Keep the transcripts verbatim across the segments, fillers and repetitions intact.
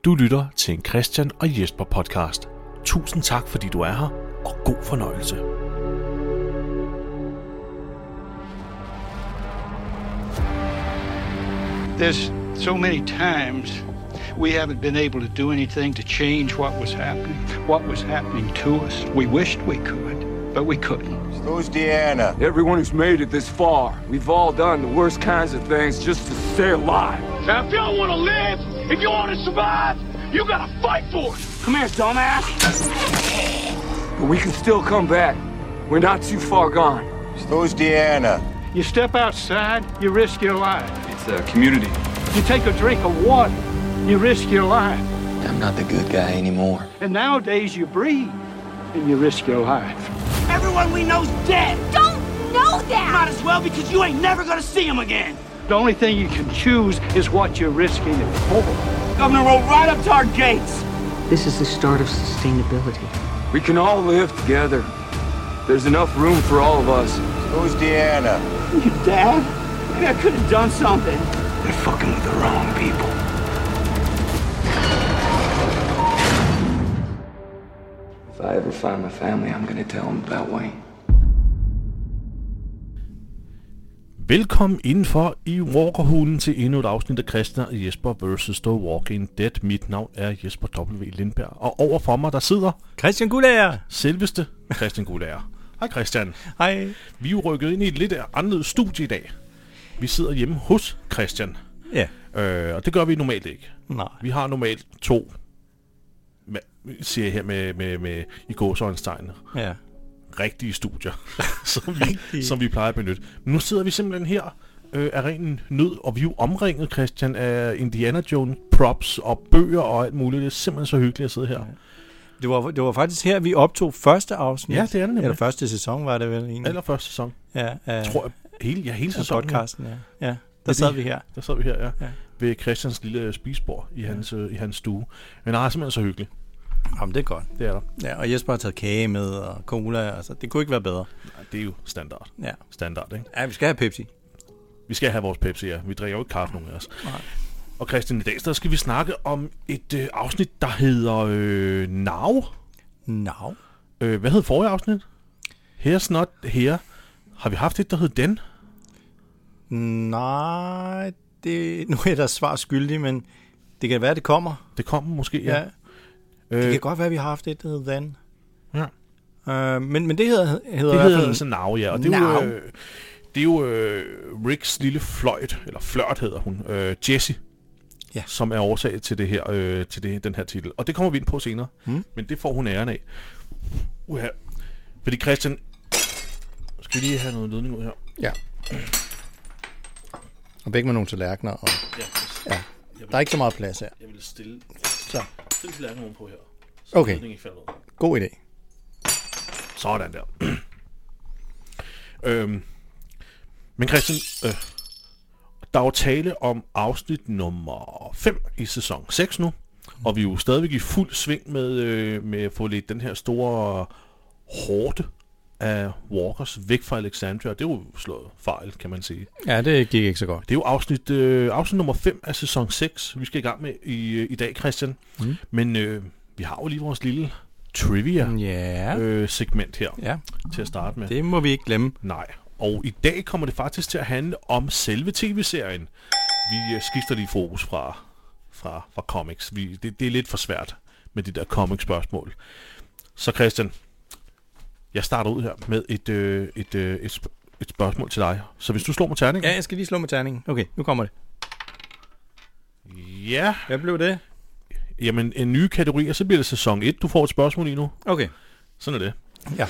Du lytter til en Christian og Jesper podcast. Tusind tak, fordi du er her, og god fornøjelse. There's so many times we haven't been able to do anything to change what was happening, what was happening to us. We wished we could, but we couldn't. Who's Deanna? Everyone who's made it this far. We've all done the worst kinds of things just to stay alive. Now, if y'all want to live, if you want to survive, you gotta fight for it. Come here, dumbass. But we can still come back. We're not too far gone. Who's Deanna? You step outside, you risk your life. It's a community. You take a drink of water, you risk your life. I'm not the good guy anymore. And nowadays you breathe, and you risk your life. Everyone we know's dead. Don't know that! Might as well, because you ain't never gonna see him again. The only thing you can choose is what you're risking it for. Governor rode right up to our gates. This is the start of sustainability. We can all live together. There's enough room for all of us. Who's Deanna? You dad? Maybe I could have done something. They're fucking with the wrong people. If I ever find my family, I'm gonna tell them about Wayne. Velkommen indenfor i Walkerhulen til endnu et afsnit af Christian og Jesper versus. The Walking Dead. Mit navn er Jesper W. Lindberg, og overfor mig der sidder Christian Gulager. Selveste Christian Gulager. Hej Christian. Hej. Vi er jo rykket ind i et lidt anderledes studie i dag. Vi sidder hjemme hos Christian. Ja. Øh, og det gør vi normalt ikke. Nej. Vi har normalt to, med, siger jeg her med, med, med i gåseøjnstegnene. Ja. Rigtige studier, som, vi, som vi plejer at benytte. Men nu sidder vi simpelthen her øh, af ren nød, og vi er jo omringet, Christian, af Indiana Jones props og bøger og alt muligt. Det er simpelthen så hyggeligt at sidde her. Ja. Det var, det var faktisk her, vi optog første afsnit. Ja, det er det nemlig. Eller første sæson var det vel egentlig. Eller første sæson. Ja, uh, tror jeg, hele, ja, hele sæsonen. Podcasten, ja. Ja, der sad vi her. Der sad vi her, ja. ja. Ved Christians lille spisebord i, ja. hans, øh, i hans stue. Men nej, simpelthen så hyggeligt. Jamen, det er godt. Det er der. Ja, og Jesper har taget kage med og cola, altså det kunne ikke være bedre. Nej, det er jo standard. Ja. Standard, ikke? Ja, vi skal have Pepsi. Vi skal have vores Pepsi, ja. Vi drikker jo ikke kaffe, nogen af os. Nej. Og Christian, i dag der skal vi snakke om et øh, afsnit, der hedder øh, Now. Now? Øh, hvad hed forrige afsnit? Here's Not Here. Har vi haft et, der hed Den? Nej, det, nu er der svar skyldig, men det kan være, det kommer. Det kommer måske, ja. ja. Det øh, kan godt være, at vi har haft et, der hedder Then. Ja. Øh, men, men det hedder, hedder det i hvert hedder fald... altså Now, ja. Og det er jo, øh, det er jo øh, Ricks lille fløjt, eller flørt hedder hun, øh, Jessie, ja. Som er årsag til det her, øh, til det, den her titel. Og det kommer vi ind på senere, hmm. men det får hun æren af. Uha. Fordi Christian, skal vi lige have noget ledning ud her? Ja. Og begge med nogle tallerkener. Og... Ja. ja. Der er ikke så meget plads her. Jeg vil stille, så. stille tallerkener på her. Så okay. God idé. Sådan der. øhm, men Christian, øh, der er jo tale om afsnit nummer fem i sæson seks nu. Mm. Og vi er jo stadigvæk i fuld sving med, øh, med at få lidt den her store horde af walkers væk fra Alexandria. Det er jo slået fejl, kan man sige. Ja, det gik ikke så godt. Det er jo afsnit, øh, afsnit nummer fem af sæson seks, vi skal i gang med i, i dag, Christian. Mm. Men øh, vi har jo lige vores lille trivia-segment yeah. her ja. til at starte med. Det må vi ikke glemme. Nej, og i dag kommer det faktisk til at handle om selve tv-serien. Vi øh, skifter lige fokus fra, fra, fra comics. Vi, det, det er lidt for svært med de der comic-spørgsmål. Så Christian, jeg starter ud her med et, øh, et, øh, et, sp- et spørgsmål til dig. Så hvis du slår med terningen... Ja, jeg skal lige slå med terningen. Okay, nu kommer det. Ja. Hvad blev det? Jamen, en ny kategori, og så bliver det sæson et. Du får et spørgsmål lige nu. Okay. Sådan er det. Ja.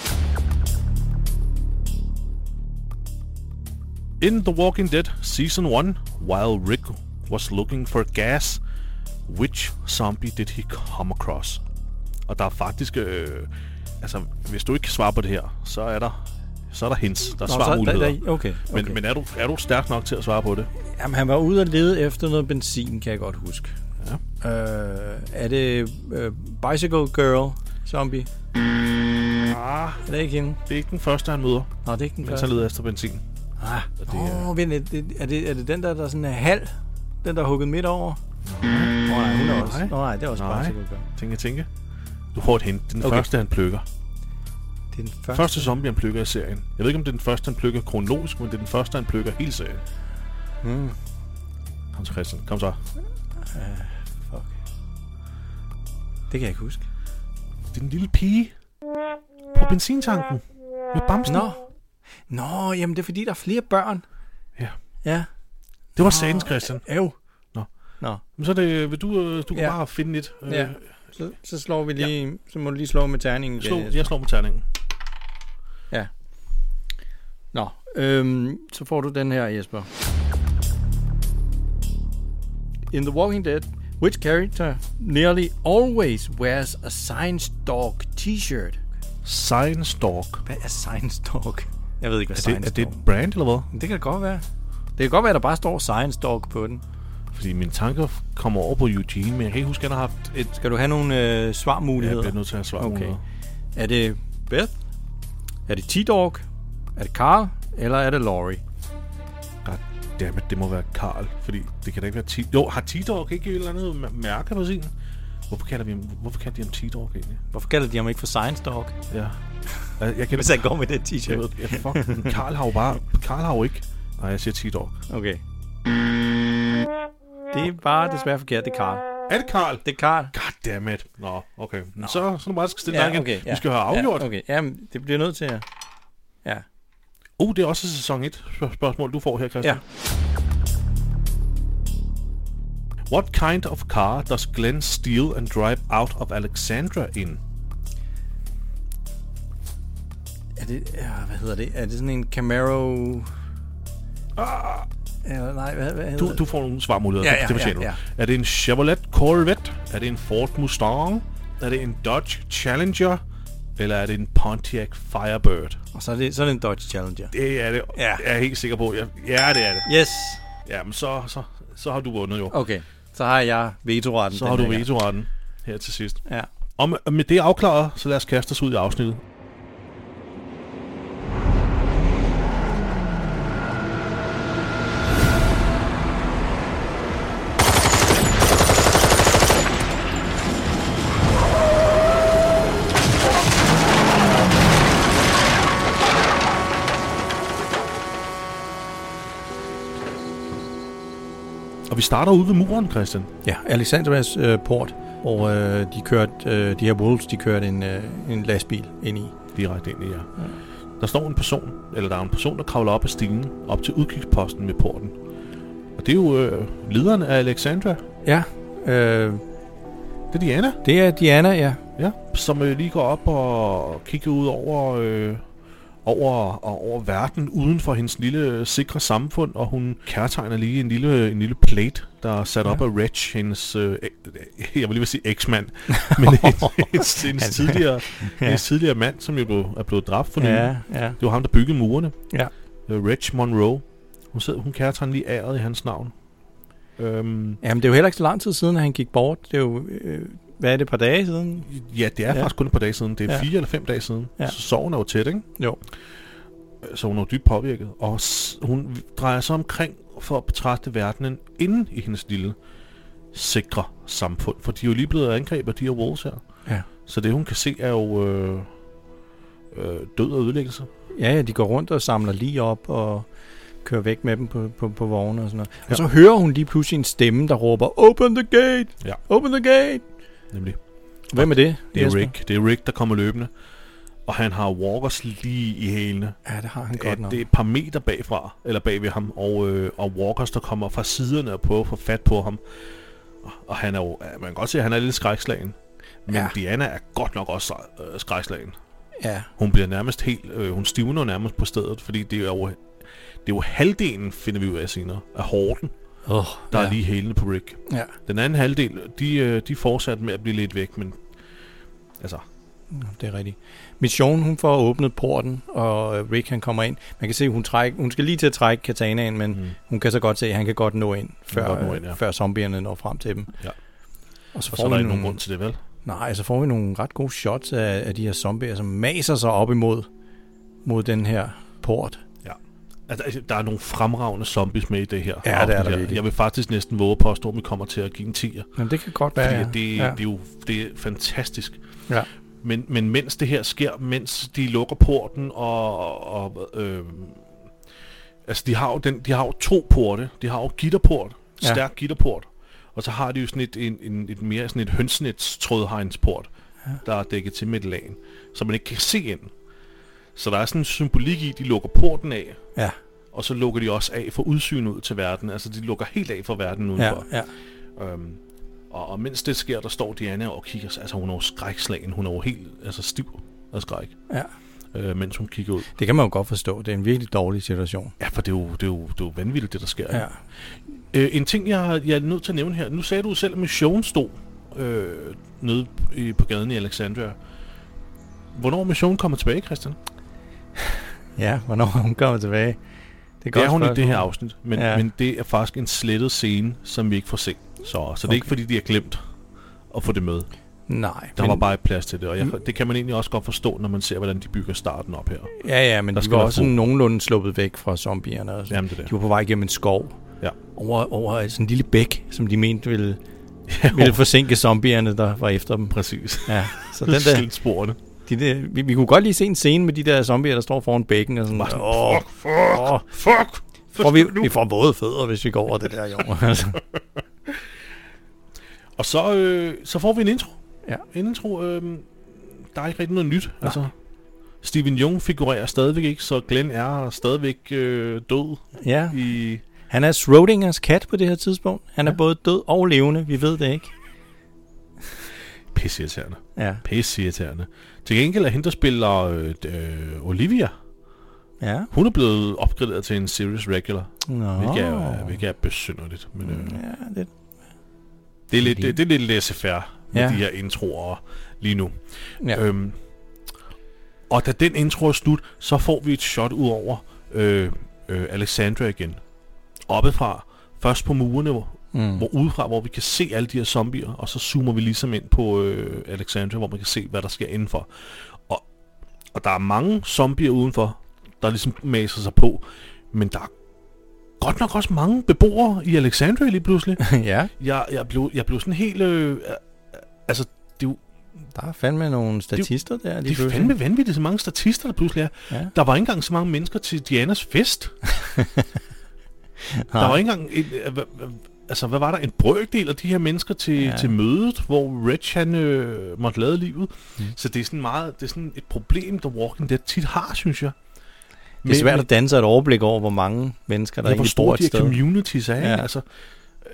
In The Walking Dead Season one, while Rick was looking for gas, which zombie did he come across? Og der er faktisk... Øh, altså, hvis du ikke kan svare på det her, så er der, så er der hints. Der er svarmuligheder. Okay, okay. Men, men er, du, er du stærk nok til at svare på det? Jamen, han var ude og lede efter noget benzin, kan jeg godt huske. Ja. Øh, er det øh, Bicycle Girl zombie? Ah, er det ikke hende? Det er ikke den første, han møder. Nå, det er ikke den første. første. Han leder efter benzin. Ah, åh, oh, er, det, er, det, er det den der, der sådan er halv? Den, der er hugget midt over? Nå, nej, hun er også. Nej. Nå, nej, det er også bare Nej. så godt. Tænke, tænke. Du får et hint. Det er den Okay. første, han plukker. Det er den første. Første zombie, han plukker i serien. Jeg ved ikke, om det er den første, han plukker kronologisk, men det er den første, han plukker hele serien. Mm. Hans Christian, kom så. Uh, fuck. Det kan jeg ikke huske. Det er den lille pige på benzintanken med bamsen. Nå. Nå, jamen det er fordi, der er flere børn. Ja. Ja. Det var satans, Christian. Jo. Nå. Nå. Men så er det, vil du, øh, du kan Ja. bare finde et. Øh, Ja. Så, så slår vi lige, ja. Så må du lige slå med terningen. slå, jeg slår med terningen. Ja. Nå, øhm, så får du den her, Jesper. In The Walking Dead, which character nearly always wears a Science Dog t-shirt? Science Dog. Hvad er Science Dog? Jeg ved ikke, hvad Er Science det, er det Dog et brand, eller hvad? Det kan det godt være. Det kan godt være, at der bare står Science Dog på den. Fordi mine tanker kommer over på Eugene, men jeg kan ikke huske, at han har haft et... Skal du have nogle øh, Jeg svarmuligheder? bliver nødt til at have svar. Okay. Er det Beth? Er det T-Dog? Er det Carl? Eller er det Laurie? Goddammit, det må være Carl, fordi det kan da ikke være T... Jo, har T-Dog ikke et eller andet mær- mærke på sin? Hvorfor kalder vi ham, hvorfor kalder de ham T-Dog egentlig? Hvorfor kalder de ham ikke for Science Dog? Ja. Jeg, jeg kan Hvis han går med den Jeg t-shirt. ved, ja, fuck, men Carl har jo bare... Carl har jo ikke... Nej, jeg siger T-Dog. Okay. Det er bare desværre forkert, det er Carl. Er det Carl? Det er Carl. Goddammit. Nå, okay. Nå. Så, så er det bare, skal stille dig igen. okay, Vi skal have afgjort. Ja, okay, jamen, det bliver nødt til at... Ja. Uh, det er også sæson et spørgsmål, du får her, Christian. Ja. What kind of car does Glenn steal and drive out of Alexandra in? Er det... Ja, hvad hedder det? Er det sådan en Camaro... Ah, Eller nej, hvad, hvad hedder du, du får nogle svarmuligheder. Ja, ja, det fortjener ja, du. ja. Er det en Chevrolet Corvette? Er det en Ford Mustang? Er det en Dodge Challenger? Eller er det en Pontiac Firebird? Og så er det, så er det en Dodge Challenger. Det er det. Ja. Jeg er helt sikker på. Ja, ja det er det. Yes. Jamen, så, så, så har du vundet jo. Okay. Så har jeg vetoretten. Så den har du her gang. vetoretten her til sidst. Ja. Og med, med det afklaret, så lad os kaste os ud i afsnittet. Og vi starter ude ved muren, Christian. Ja, Alexandras øh, port, hvor øh, de kørte, øh, de her Wolves, de kørte en, øh, en lastbil ind i. Direkte ind i, ja. ja. Der står en person, eller der er en person, der kravler op ad stigen, op til udkigsposten ved porten. Og det er jo øh, lederen af Alexandra. Ja, øh, Det er Diana. det er Diana, ja. Ja, som øh, lige går op og kigger ud over, øh, over, og over verden uden for hendes lille øh, sikre samfund, og hun kærtegner lige en lille, en lille plate, der er sat ja. op af Reg, hendes, øh, jeg vil lige vil sige eksmand, men hendes, hendes, hendes, tidligere, ja. hendes tidligere mand, som jo blev, er blevet dræbt for nylig. Ja, ja. Det var ham, der byggede murene. Ja. Øh, Reg Monroe. Hun, sidder, hun kærtegner lige æret i hans navn. Øhm, Jamen, det er jo heller ikke så lang tid siden, at han gik bort. Det er jo, øh, hvad er det, et par dage siden? ja, det er Ja. faktisk kun et par dage siden. Det er Ja. fire eller fem dage siden. Ja. Så sorgen er jo tæt, ikke? Jo. Så hun er jo dybt påvirket. Og s- hun drejer sig omkring for at betragte verdenen inde i hendes lille sikre samfund. For de er jo lige blevet angrebet af de her wolves her. Ja. Så det hun kan se er jo øh, øh, død og ødelæggelse. Ja, ja, de går rundt og samler lige op og kører væk med dem på, på, på vogne og sådan noget. Ja. Og så hører hun lige pludselig en stemme, der råber, Open the gate! Ja. Open the gate! Nemlig. Hvem er det? Det er Jesper? Rick. Det er Rick, der kommer løbende. Og han har walkers lige i hælene. Ja, det har han Ja, godt nok. det er et par meter bagfra, eller bag ved ham, og, øh, og walkers, der kommer fra siderne og prøver at få fat på ham. Og, og han er jo, man kan godt se, at han er lidt skrækslagen. Men Ja. ja. Diana er godt nok også øh, skrækslagen. Ja, Hun bliver nærmest helt, øh, hun stivner nærmest på stedet, fordi det er jo, det er jo halvdelen, finder vi ud af senere, af horden, oh, der ja. er lige hælene på Rick. Ja. Den anden halvdel, de, øh, de fortsatte med at blive lidt væk, men altså... Det er rigtigt. Mission, hun får åbnet porten, og Rick han kommer ind. Man kan se, hun, træk, hun skal lige til at trække katanaen, men mm. hun kan så godt se, at han kan godt nå ind, før, godt nå ind, ja. før zombierne når frem til dem. Ja. Og så Og får så er vi der ikke nogle, nogen grund til det, vel? nej, så får vi nogle ret gode shots af, af de her zombier, som maser sig op imod mod den her port. Ja. Altså, der er nogle fremragende zombies med i det her. Ja, det er der her. virkelig. Jeg vil faktisk næsten våge påstå, at vi kommer til at give en tier. Men det kan godt være, Fordi ja. det, ja. det, er jo det er fantastisk. Ja. Men, men mens det her sker, mens de lukker porten, og, og øh, altså de har jo den, de har jo to porte. De har jo gitterport, Ja. stærk gitterport, og så har de jo sådan et, en, en, et mere sådan et hønsnets trådhegnsport, ja. der er dækket til med et lagen, så man ikke kan se ind. Så der er sådan en symbolik i, de lukker porten af, Ja. og så lukker de også af for udsyn ud til verden. Altså de lukker helt af for verden udenfor. Ja, ja. Øhm, og, og mens det sker, der står Diana og kigger, altså hun er jo skrækslagen, hun er jo helt altså stiv af skræk, Ja. øh, mens hun kigger ud. Det kan man jo godt forstå. Det er en virkelig dårlig situation. Ja, for det er jo, det er jo, det er jo vanvittigt, det der sker. Ja. Øh, en ting, jeg, jeg er nødt til at nævne her. Nu sagde du selv, at Michonne stod øh, nede i, på gaden i Alexandria. Hvornår er Michonne kommer tilbage, Christian? Ja, hvornår hun kommer tilbage. Det er, Det er hun spørgsmål. i det her afsnit, men, Ja. ja. men det er faktisk en slettet scene, som vi ikke får set. Så, så det er Okay. ikke, fordi de har glemt at få det med. Nej. Der men, var bare et plads til det, og jeg, det kan man egentlig også godt forstå, når man ser, hvordan de bygger starten op her. Ja, ja, men Der de skal var være også fod. nogenlunde sluppet væk fra zombierne. Og Jamen, det er det. De var på vej gennem en skov. Ja. Over, over sådan en lille bæk, som de mente ville, ville forsinke zombierne, der var efter dem. Præcis. Ja, så den der, Slet sporene. de der, vi, vi kunne godt lige se en scene med de der zombier, der står foran bækken og sådan. Bare sådan, Åh, fuck, fuck, åh, fuck. får vi, vi får våde fødder, hvis vi går over det der jord. Altså. Og så, øh, så får vi en intro. Ja. En intro, øh, der er ikke rigtig noget nyt. Altså, Steven Yeun figurerer stadigvæk ikke, så Glenn er stadigvæk øh, død Ja, i... han er Schrödingers kat på det her tidspunkt. Han er Ja. både død og levende, vi ved det ikke. Pisseirriterende. Ja, Pisseirriterende. Til gengæld er hende, der spiller øh, øh, Olivia. ja. Hun er blevet opgraderet til en series regular. Nå. Hvilket er, hvilket er besynderligt. Men øh, Ja, det, det er lidt, det, det er lidt laissez-faire med Ja. de her introer lige nu. ja. Øhm, og da den intro er slut, så får vi et shot ud over øh, øh, Alexandria igen. Oppefra, først på murene, hvor, Mm. hvor udefra, hvor vi kan se alle de her zombier, og så zoomer vi ligesom ind på øh, Alexandria, hvor man kan se, hvad der sker indenfor. Og, og der er mange zombier udenfor, der ligesom maser sig på, men der er godt nok også mange beboere i Alexandria lige pludselig. ja, Jeg, jeg, blev, jeg blev sådan helt... Øh, altså, det er jo der er fandme nogle statister der. Det er fandme vanvittigt, så mange statister, der pludselig er. Ja. Der var ikke engang så mange mennesker til Dianas fest. Der var ikke engang... En, øh, hva- hva- altså, hvad var der? En brøkdel af de her mennesker til, Ja. ja. til mødet, hvor Reg, han øh, måtte lade livet. Mm. Så det er sådan meget... Det er sådan et problem, der Walking Dead tit har, synes jeg. Det er svært at danne sig et overblik over, hvor mange mennesker, der ja, hvor egentlig bor store et de her sted. communities er. Ja. Ja. Altså, øh,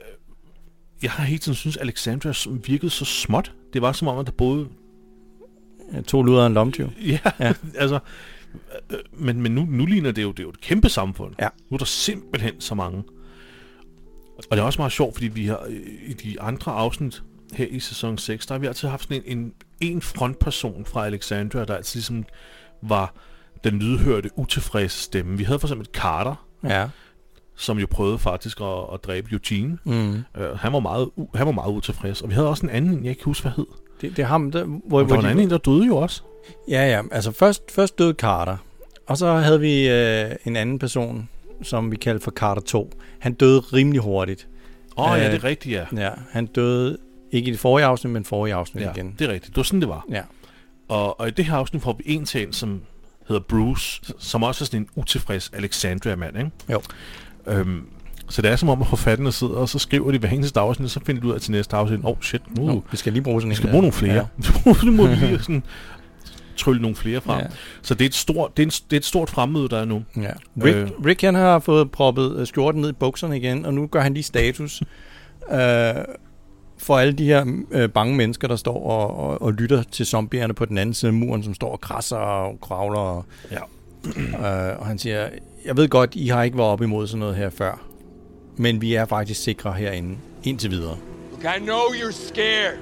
jeg har hele tiden synes Alexandria virkede så småt. Det var som om, at der både... Ja, to luder og en lomtyv. Ja, Ja. ja. altså... øh, Men, men nu, nu ligner det jo, det er jo et kæmpe samfund. Ja. Nu er der simpelthen så mange. Og det er også meget sjovt, fordi vi har øh, i de andre afsnit her i sæson seks, der har vi altid haft sådan en, en, en frontperson fra Alexandria, der altid ligesom var den lydhørte, utilfredse stemme. Vi havde for eksempel Carter, Ja. som jo prøvede faktisk at, at dræbe Eugene. Mm. Uh, han, var meget, u- han var meget utilfreds. Og vi havde også en anden, jeg ikke huske, hvad hed. Det, det er ham, der, hvor, Og hvor der var en de, anden, en, der døde jo også. Ja, ja. Altså først, først døde Carter. Og så havde vi øh, en anden person, som vi kaldte for Carter to. Han døde rimelig hurtigt. Åh, oh, ja, Øh, det er rigtigt, ja. Ja, han døde ikke i det forrige afsnit, men forrige afsnit Ja, igen. det er rigtigt. Det var sådan, det var. Ja. Og, og i det her afsnit får vi en til en, som hedder Bruce, som også er sådan en utilfreds Alexandria-mand, ikke? Jo. Øhm, så det er som om, at forfatterne sidder, og så skriver de hver eneste afsnit, og så finder de ud af til næste afsnit, åh oh, shit, nu Nu, vi skal lige bruge sådan vi en skal der. bruge nogle flere. Ja. Nu må vi lige sådan trylle nogle flere frem. Ja. Så det er, et stort, det, er en, det er et stort fremmøde, der er nu. Ja. Rick, Øh. Rick han har fået proppet øh, skjorten ned i bukserne igen, og nu gør han lige status øh, for alle de her øh, bange mennesker, der står og, og, og lytter til zombierne på den anden side af muren, som står og krasser og kravler. Og, Ja. øh, og han siger, jeg ved godt, I har ikke været op imod sådan noget her før, men vi er faktisk sikre herinde indtil videre. Look, I know you're scared.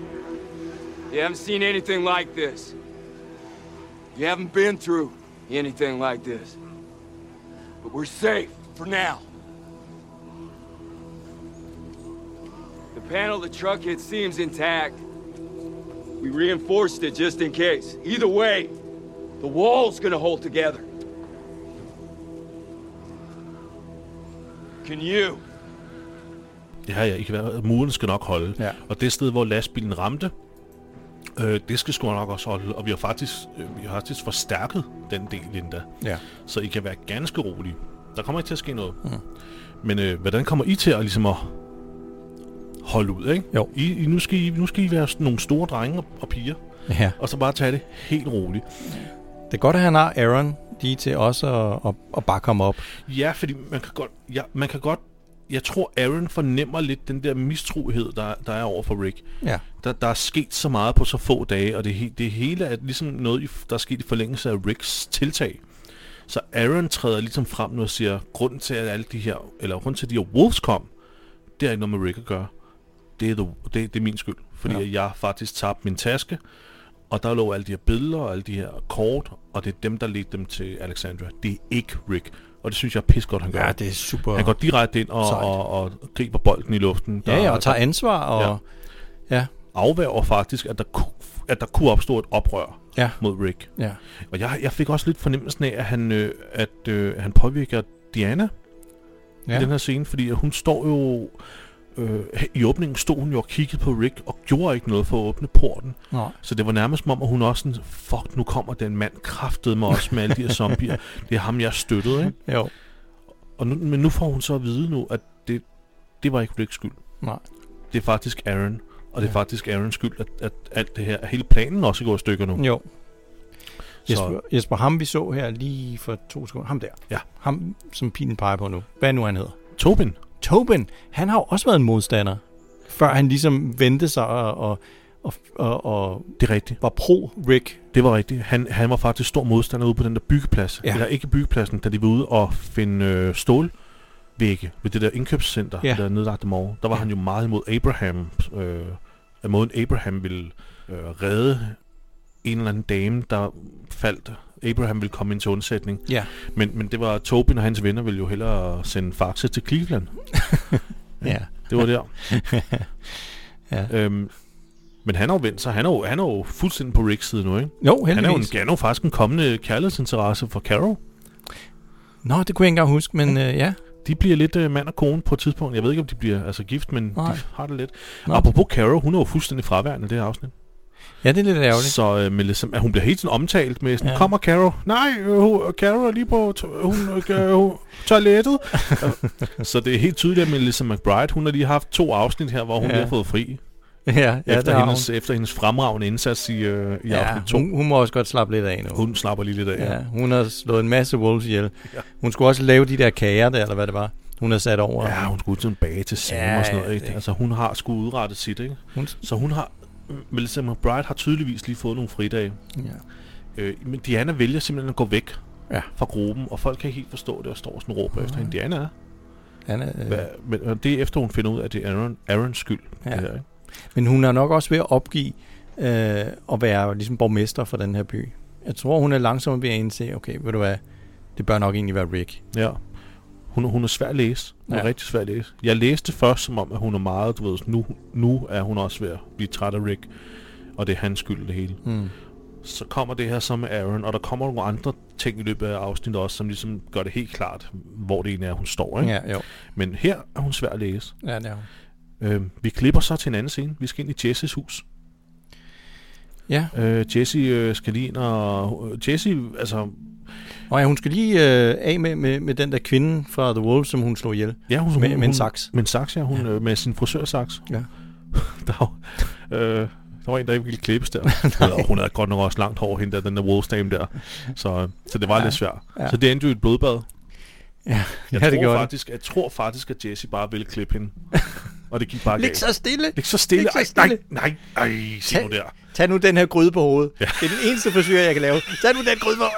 You haven't seen anything like this. You haven't been through anything like this. But we're safe for now. The panel the truck hit seems intact. We reinforced it just in case. Either way, the wall's gonna hold together. Can you? Ja, ja, I kan være, muren skal nok holde. Ja. Og det sted, hvor lastbilen ramte, øh, det skal sgu nok også holde. Og vi har faktisk, øh, vi har faktisk forstærket den del endda. Ja. Så I kan være ganske rolige. Der kommer ikke til at ske noget. Mm. Men øh, hvordan kommer I til at, ligesom at holde ud, ikke? Jo. I, I, nu, skal I, nu skal I være nogle store drenge og, og piger. Ja. Og så bare tage det helt roligt. Det er godt, at han har Aaron lige til også at, at, at bakke ham op. Ja, fordi man kan godt... Ja, man kan godt jeg tror, Aaron fornemmer lidt den der mistrohed, der, der er over for Rick. Ja. Der, der er sket så meget på så få dage, og det, det hele er ligesom noget, der er sket i forlængelse af Ricks tiltag. Så Aaron træder ligesom frem nu og siger, grunden til, at alle de her, eller grunden til, at de her Wolves kom, det er ikke noget med Rick at gøre. Det er, the, det, det er min skyld, fordi ja. jeg faktisk tabte min taske, og der lå alle de her billeder og alle de her kort, og det er dem, der ledte dem til Alexandria. Det er ikke Rick. Og det synes jeg er pis godt, han gør. Ja, det er super. Han går direkte ind og, og, og griber bolden i luften. Der, ja, ja, og tager ansvar og ja. Ja. afværger faktisk, at der, ku, at der kunne opstå et oprør ja. mod Rick. Ja. Og jeg, jeg fik også lidt fornemmelsen af, at han, øh, at, øh, han påvirker Diana ja. i den her scene, fordi hun står jo... Øh, i åbningen stod hun jo og kiggede på Rick og gjorde ikke noget for at åbne porten. Nej. Så det var nærmest som om, at hun også sådan, fuck, nu kommer den mand kraftede mig også med alle de her zombier. Det er ham, jeg støttede, ikke? Jo. Og nu, men nu får hun så at vide nu, at det, det var ikke Ricks skyld. Nej. Det er faktisk Aaron, og det er ja. faktisk Aarons skyld, at, at alt det her, at hele planen også går i stykker nu. Jo. Jesper, Jesper, ham vi så her lige for to sekunder, ham der. Ja. Ham, som pilen peger på nu. Hvad nu han hedder? Tobin. Tobin, han har jo også været en modstander, før han ligesom vendte sig og, og, og, og, og det er rigtigt. var pro-Rick. Det var rigtigt. Han, han var faktisk stor modstander ude på den der byggeplads. Ja. Eller ikke byggepladsen, da de var ude og finde øh, stålvægge ved det der indkøbscenter, ja. der nedlagte morgen. Der var ja. han jo meget imod Abraham. Øh, af måden Abraham ville øh, redde en eller anden dame, der faldt. Abraham ville komme ind til undsætning. Ja. Men, men det var Tobin og hans venner ville jo hellere sende faxe til Cleveland. ja. Det var der. ja. Øhm, men han har jo vendt sig. Han er jo, han er jo fuldstændig på Ricks side nu, ikke? Jo, heldigvis. Han er jo, en, han er jo faktisk en kommende kærlighedsinteresse for Carol. Nå, det kunne jeg ikke engang huske, men øh, ja. De bliver lidt øh, mand og kone på et tidspunkt. Jeg ved ikke, om de bliver altså gift, men Nej. de har det lidt. Nå. Apropos Carol, hun er jo fuldstændig fraværende i det her afsnit. Ja, det er lidt ærgerligt. Så øh, med ligesom, at hun bliver helt sådan omtalt med sådan, ja. kommer Carol? Nej, øh, Carol er lige på to- hun, øh, toilettet. Så det er helt tydeligt, at Melissa McBride, hun har lige haft to afsnit her, hvor hun ja. lige har fået fri. Ja, ja, efter, hendes, efter hendes fremragende indsats i, øh, i ja, afsnit to. Hun, hun må også godt slappe lidt af nu. Hun slapper lige lidt af. Ja, hun har slået en masse wolves ihjel. Ja. Hun skulle også lave de der kager der, eller hvad det var. Hun har sat over. Ja, hun skulle sådan bage til Sam ja, og sådan noget. Ikke? Altså, hun har sgu udrettet sit, ikke? Hun... Så hun har... Melissa McBride har tydeligvis lige fået nogle fridage. Ja. Øh, men Diana vælger simpelthen at gå væk ja. fra gruppen, og folk kan ikke helt forstå det, og står sådan og råber ja. efter hende. Diana er. Anna, øh... Hva, men det er efter, hun finder ud af, at det er Aaron, Aarons skyld. Ja. Det her, ikke? Men hun er nok også ved at opgive øh, at være ligesom borgmester for den her by. Jeg tror, hun er langsomt ved at indse, okay, ved du hvad, det bør nok egentlig være Rick. Ja. Hun, hun er svær at læse. Hun ja. er rigtig svær at læse. Jeg læste først som om, at hun er meget, du ved, nu, nu er hun også ved at blive træt af Rick, og det er hans skyld det hele. Mm. Så kommer det her så med Aaron, og der kommer nogle andre ting i løbet af afsnittet også, som ligesom gør det helt klart, hvor det egentlig er, hun står. Ikke? Ja, jo. Men her er hun svær at læse. Ja, det er hun. Øh, vi klipper så til en anden scene. Vi skal ind i Jessys hus. Ja. Øh, Jesse øh, skal lige ind, og øh, Jesse, altså... Og ja, hun skal lige øh, af med, med, med den der kvinde fra The Wolves, som hun slog ihjel. Ja, hun, med, hun, med en saks. Med en saks, ja. Hun, ja. Øh, med sin frisørsaks. Ja. der, øh, der var en, der ikke ville klippes der. Og hun havde godt nok også langt hår, hende der, den der Wolves dame der. Så, så det var ja. lidt svært. Ja. Så det endte jo et blodbad. Ja, jeg, ja, tror det faktisk, jeg tror faktisk, at Jesse bare ville klippe hende. Og det gik bare galt. Lig så stille. Lig så stille. Lig så stille. Nej, nej, nej, sig nu der. Tag nu den her gryde på hovedet. Ja. Det er den eneste frisyr, jeg kan lave. Tag nu den gryde på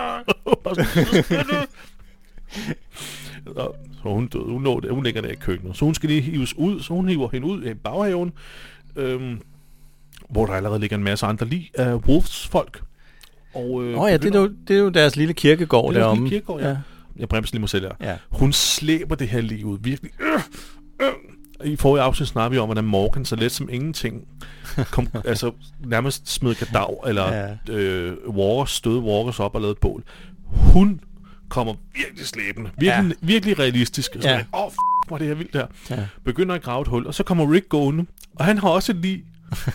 Så hun døde. Hun, lå der. Hun ligger der i køkkenet. Så hun skal lige hives ud. Så hun hiver hende ud i baghaven. Øhm, hvor der allerede ligger en masse andre lig af Wolves folk. Og, øh, oh, ja, det er, jo, det er jo deres lille kirkegård deromme. Lille kirkegård, ja. ja. Jeg bremser lige mig selv her. Ja. Hun slæber det her liv ud. Virkelig. Øh, øh. I forrige afsnit snakker vi om, hvordan Morgan så let som ingenting kom, altså nærmest smed kadaver, eller ja. øh, walkers, støde walkers op og lavede et bål. Hun kommer virkelig slæbende. Virkelig, ja. virkelig realistisk. Så ja. man, åh, f***, hvor det her vildt der. Ja. Begynder at grave et hul, og så kommer Rick gående. Og han har også et lig.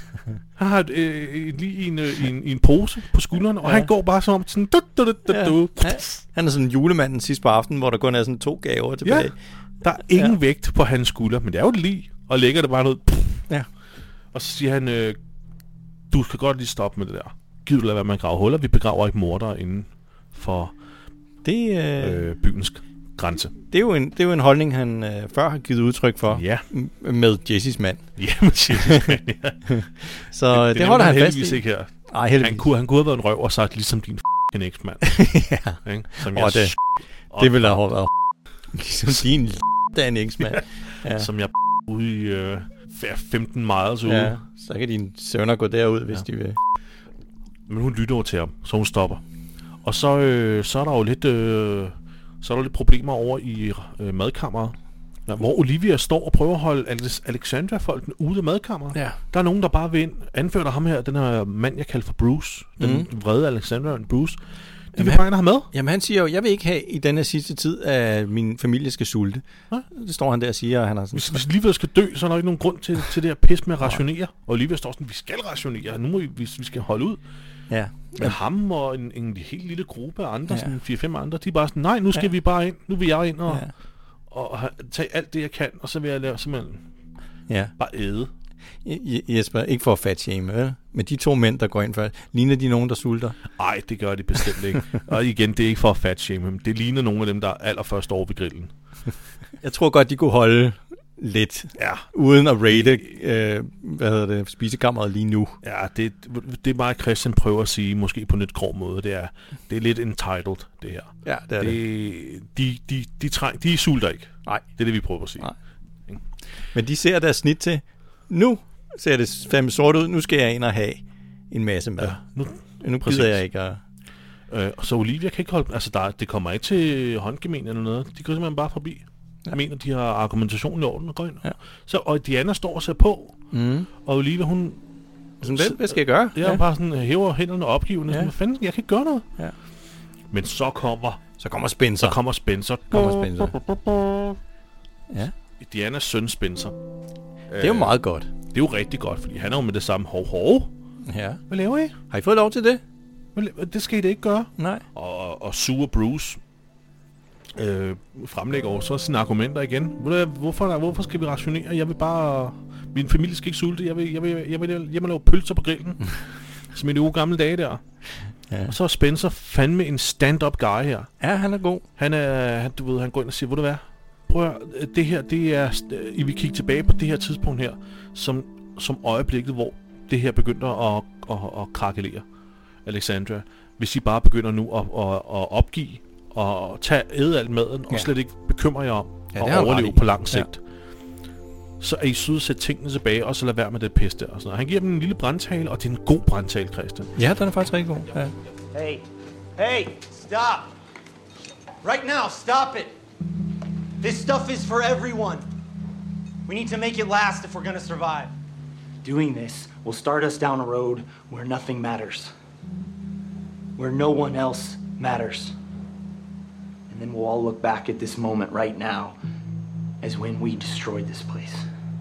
Han har et, øh, et lig i en, øh, i, en, i en pose på skulderen, og ja. han går bare som om sådan... Du, du, du, du, du. Ja. Han er sådan julemanden sidst på aftenen, hvor der kun er sådan to gaver tilbage. Ja. Der er ingen ja. vægt på hans skulder, men det er jo et lig, og lægger det bare noget. Ja. Og så siger han, øh, du skal godt lige stoppe med det der. Giv du lade være med at grave huller, vi begraver ikke mordere inden for det, øh, øh, byens grænse. Det er jo en, det er jo en holdning, han øh, før har givet udtryk for ja. m- med Jessys mand. Ja, med Jessys mand, ja. Så det, det, det holder han fast i. Ikke her. Ej, heldigvis. Han kunne, han kunne have været en røv og sagt, ligesom din f***ing eksmand. ja. Ikke? Som og jeg det, og det ville have været ligesom din f***ing eksmand. Ja. Ja. Som jeg ude i øh, femten miles ude. Ja, så kan dine sønner gå derud, hvis ja. de vil. Men hun lytter over til ham, så hun stopper. Og så, øh, så er der jo lidt, øh, så er der lidt problemer over i øh, madkammeret. Ja, hvor Olivia står og prøver at holde Alexandria-folkene ude af madkammeret. Ja. Der er nogen, der bare vil ind, anfører der ham her, den her mand, jeg kalder for Bruce. Den mm. vrede Alexandria, Bruce. De vil bare ind have med. Jamen han siger jo, jeg vil ikke have i denne sidste tid, at min familie skal sulte. Ja. Det står han der og siger, og han har sådan... Hvis, hvis Olivia skal dø, så er der ikke nogen grund til, til det her pis med at rationere. Og Olivia står sådan, vi skal rationere, nu må vi, vi skal holde ud. Ja. Med ja. ham og en, en helt lille gruppe af andre, ja. sådan fire fem andre, de er bare sådan, nej, nu skal ja. vi bare ind, nu vil jeg ind og, ja. og, og tage alt det, jeg kan, og så vil jeg lave simpelthen ja. bare æde. Jesper, ikke for at fatshame, vel? Men de to mænd, der går ind for, ligner de nogen, der sulter? Nej, det gør de bestemt ikke. Og igen, det er ikke for at fatshame, men det ligner nogle af dem, der er allerførst over ved grillen. Jeg tror godt, de kunne holde lidt, ja. uden at rate øh, hvad hedder det, spisekammeret lige nu. Ja, det, det er meget Christian prøver at sige, måske på en lidt grov måde. Det er, det er lidt entitled, det her. Ja, det er det. det. De, de, de, træng, de sulter ikke. Nej. Det er det, vi prøver at sige. Nej. Men de ser deres snit til, nu ser det fandme sort ud, nu skal jeg ind og have en masse mad. Ja, nu nu gider jeg ikke at... Øh, så Olivia kan ikke holde... Altså, der, det kommer ikke til håndgemen eller noget. De går simpelthen bare forbi. Jeg ja. mener, de har argumentationen i orden og går ind. Ja. Så, og Diana står og ser på, mm. og Olivia, hun... Sådan, hvad, hvad skal jeg gøre? Ja, ja. bare sådan hæver hænderne opgivende. Ja. Hvad fanden, jeg kan ikke gøre noget. Ja. Men så kommer... Så kommer Spencer. Så kommer Spencer. Kommer Spencer. Ja. Dianas søn Spencer. Det er jo meget godt. Det er jo rigtig godt, fordi han er jo med det samme hov hov. Ja. Hvad laver I? Har I fået lov til det? Det skal I da ikke gøre. Nej. Og, og sure Bruce øh, fremlægger over så sine argumenter igen. Hvorfor, hvorfor skal vi rationere? Jeg vil bare... Min familie skal ikke sulte. Jeg vil, jeg vil, jeg vil, jeg vil, jeg vil lave pølser på grillen. Som i de uge gamle dage der. Ja. Og så er Spencer fandme en stand-up guy her. Ja, han er god. Han er, han, du ved, han går ind og siger, ved du hvad? Prøv at, det her, det er... I vil kigge tilbage på det her tidspunkt her, som, som øjeblikket, hvor det her begyndte at, at, at, at krakelere. Alexandria. Hvis I bare begynder nu at, at, at opgive og tage æde alt maden, ja. og slet ikke bekymre jer om ja, at overleve på lang sigt, ja. så er I søde at sætte tingene tilbage, og så lade være med det pis der. Og sådan. Han giver dem en lille brandtale, og det er en god brandtale, Christian. Ja, den er faktisk rigtig god. Ja. Hey, hey, stop! Right now, stop it! This stuff is for everyone. We need to make it last if we're gonna survive. Doing this will start us down a road where nothing matters. Where no one else matters. And then we'll all look back at this moment right now as when we destroyed this place.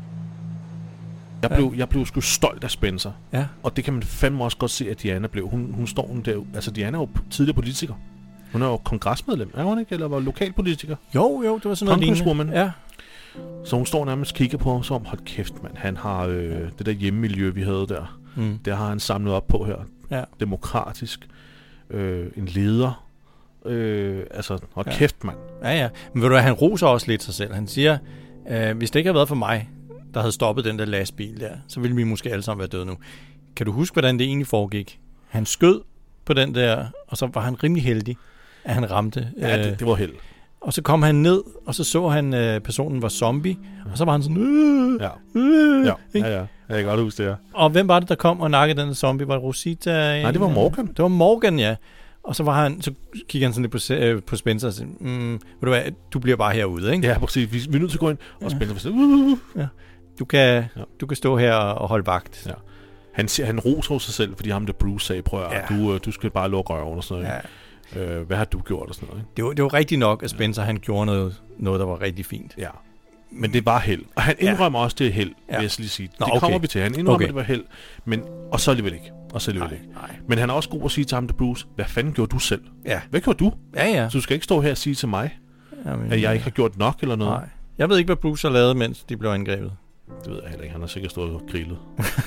Jeg blev, jeg blev sgu stolt af Spencer. Ja. Og det kan man fandme også godt se, at Diana blev. Hun, hun står hun der. Altså, Diana er jo tidligere politiker. Hun er jo kongresmedlem, er hun ikke? Eller var lokalpolitiker? Jo, jo, det var sådan noget lignende. Ja. Så hun står nærmest og kigger på ham, som hold kæft, mand. Han har øh, det der hjemmemiljø, vi havde der. Mm. Det har han samlet op på her. Ja. Demokratisk. Øh, en leder. Øh, altså, hold ja. kæft, mand. Ja, ja. Men ved du hvad, han roser også lidt sig selv. Han siger, øh, hvis det ikke havde været for mig, der havde stoppet den der lastbil der, så ville vi måske alle sammen være døde nu. Kan du huske, hvordan det egentlig foregik? Han skød på den der, og så var han rimelig heldig, at han ramte. Ja, det, det var held. Og så kom han ned, og så så han, øh, personen var zombie, og så var han sådan... Øh, ja. Øh, ja, ja, ja. Jeg kan godt huske det her. Og hvem var det, der kom og nakkede den zombie? Var det Rosita? Nej, det var Morgan. Det var Morgan, ja. Og så var han, så kigger han sådan lidt på, øh, på Spencer og siger, mm, ved du hvad, du bliver bare herude, ikke? Ja, præcis. Vi, vi er nødt til at gå ind, og ja. Spencer var sådan... Uh, uh. Ja. Du kan, ja. du kan stå her og holde vagt. Ja. Han, han roser sig selv, fordi ham der Bruce sagde, prøv at ja. du, du skal bare lukke røven og sådan noget. Øh, hvad har du gjort og sådan noget, ikke? Det var, det var rigtigt nok, at Spencer han gjorde noget, noget, der var rigtig fint. Ja. Men det var held. Og han indrømmer ja. også, det er held, ja. vil jeg lige sige. Nå, det kommer okay. vi til. Han indrømmer, okay. det var held. Men, og så alligevel ikke. Og så alligevel nej, ikke. Nej. Men han er også god at sige til ham, til Bruce, hvad fanden gjorde du selv? Ja. Hvad gjorde du? Ja, ja. Så du skal ikke stå her og sige til mig, Jamen, at jeg ikke har gjort nok eller noget. Nej. Jeg ved ikke, hvad Bruce har lavet, mens de blev angrebet. Det ved jeg heller ikke. Han har sikkert stået og grillet.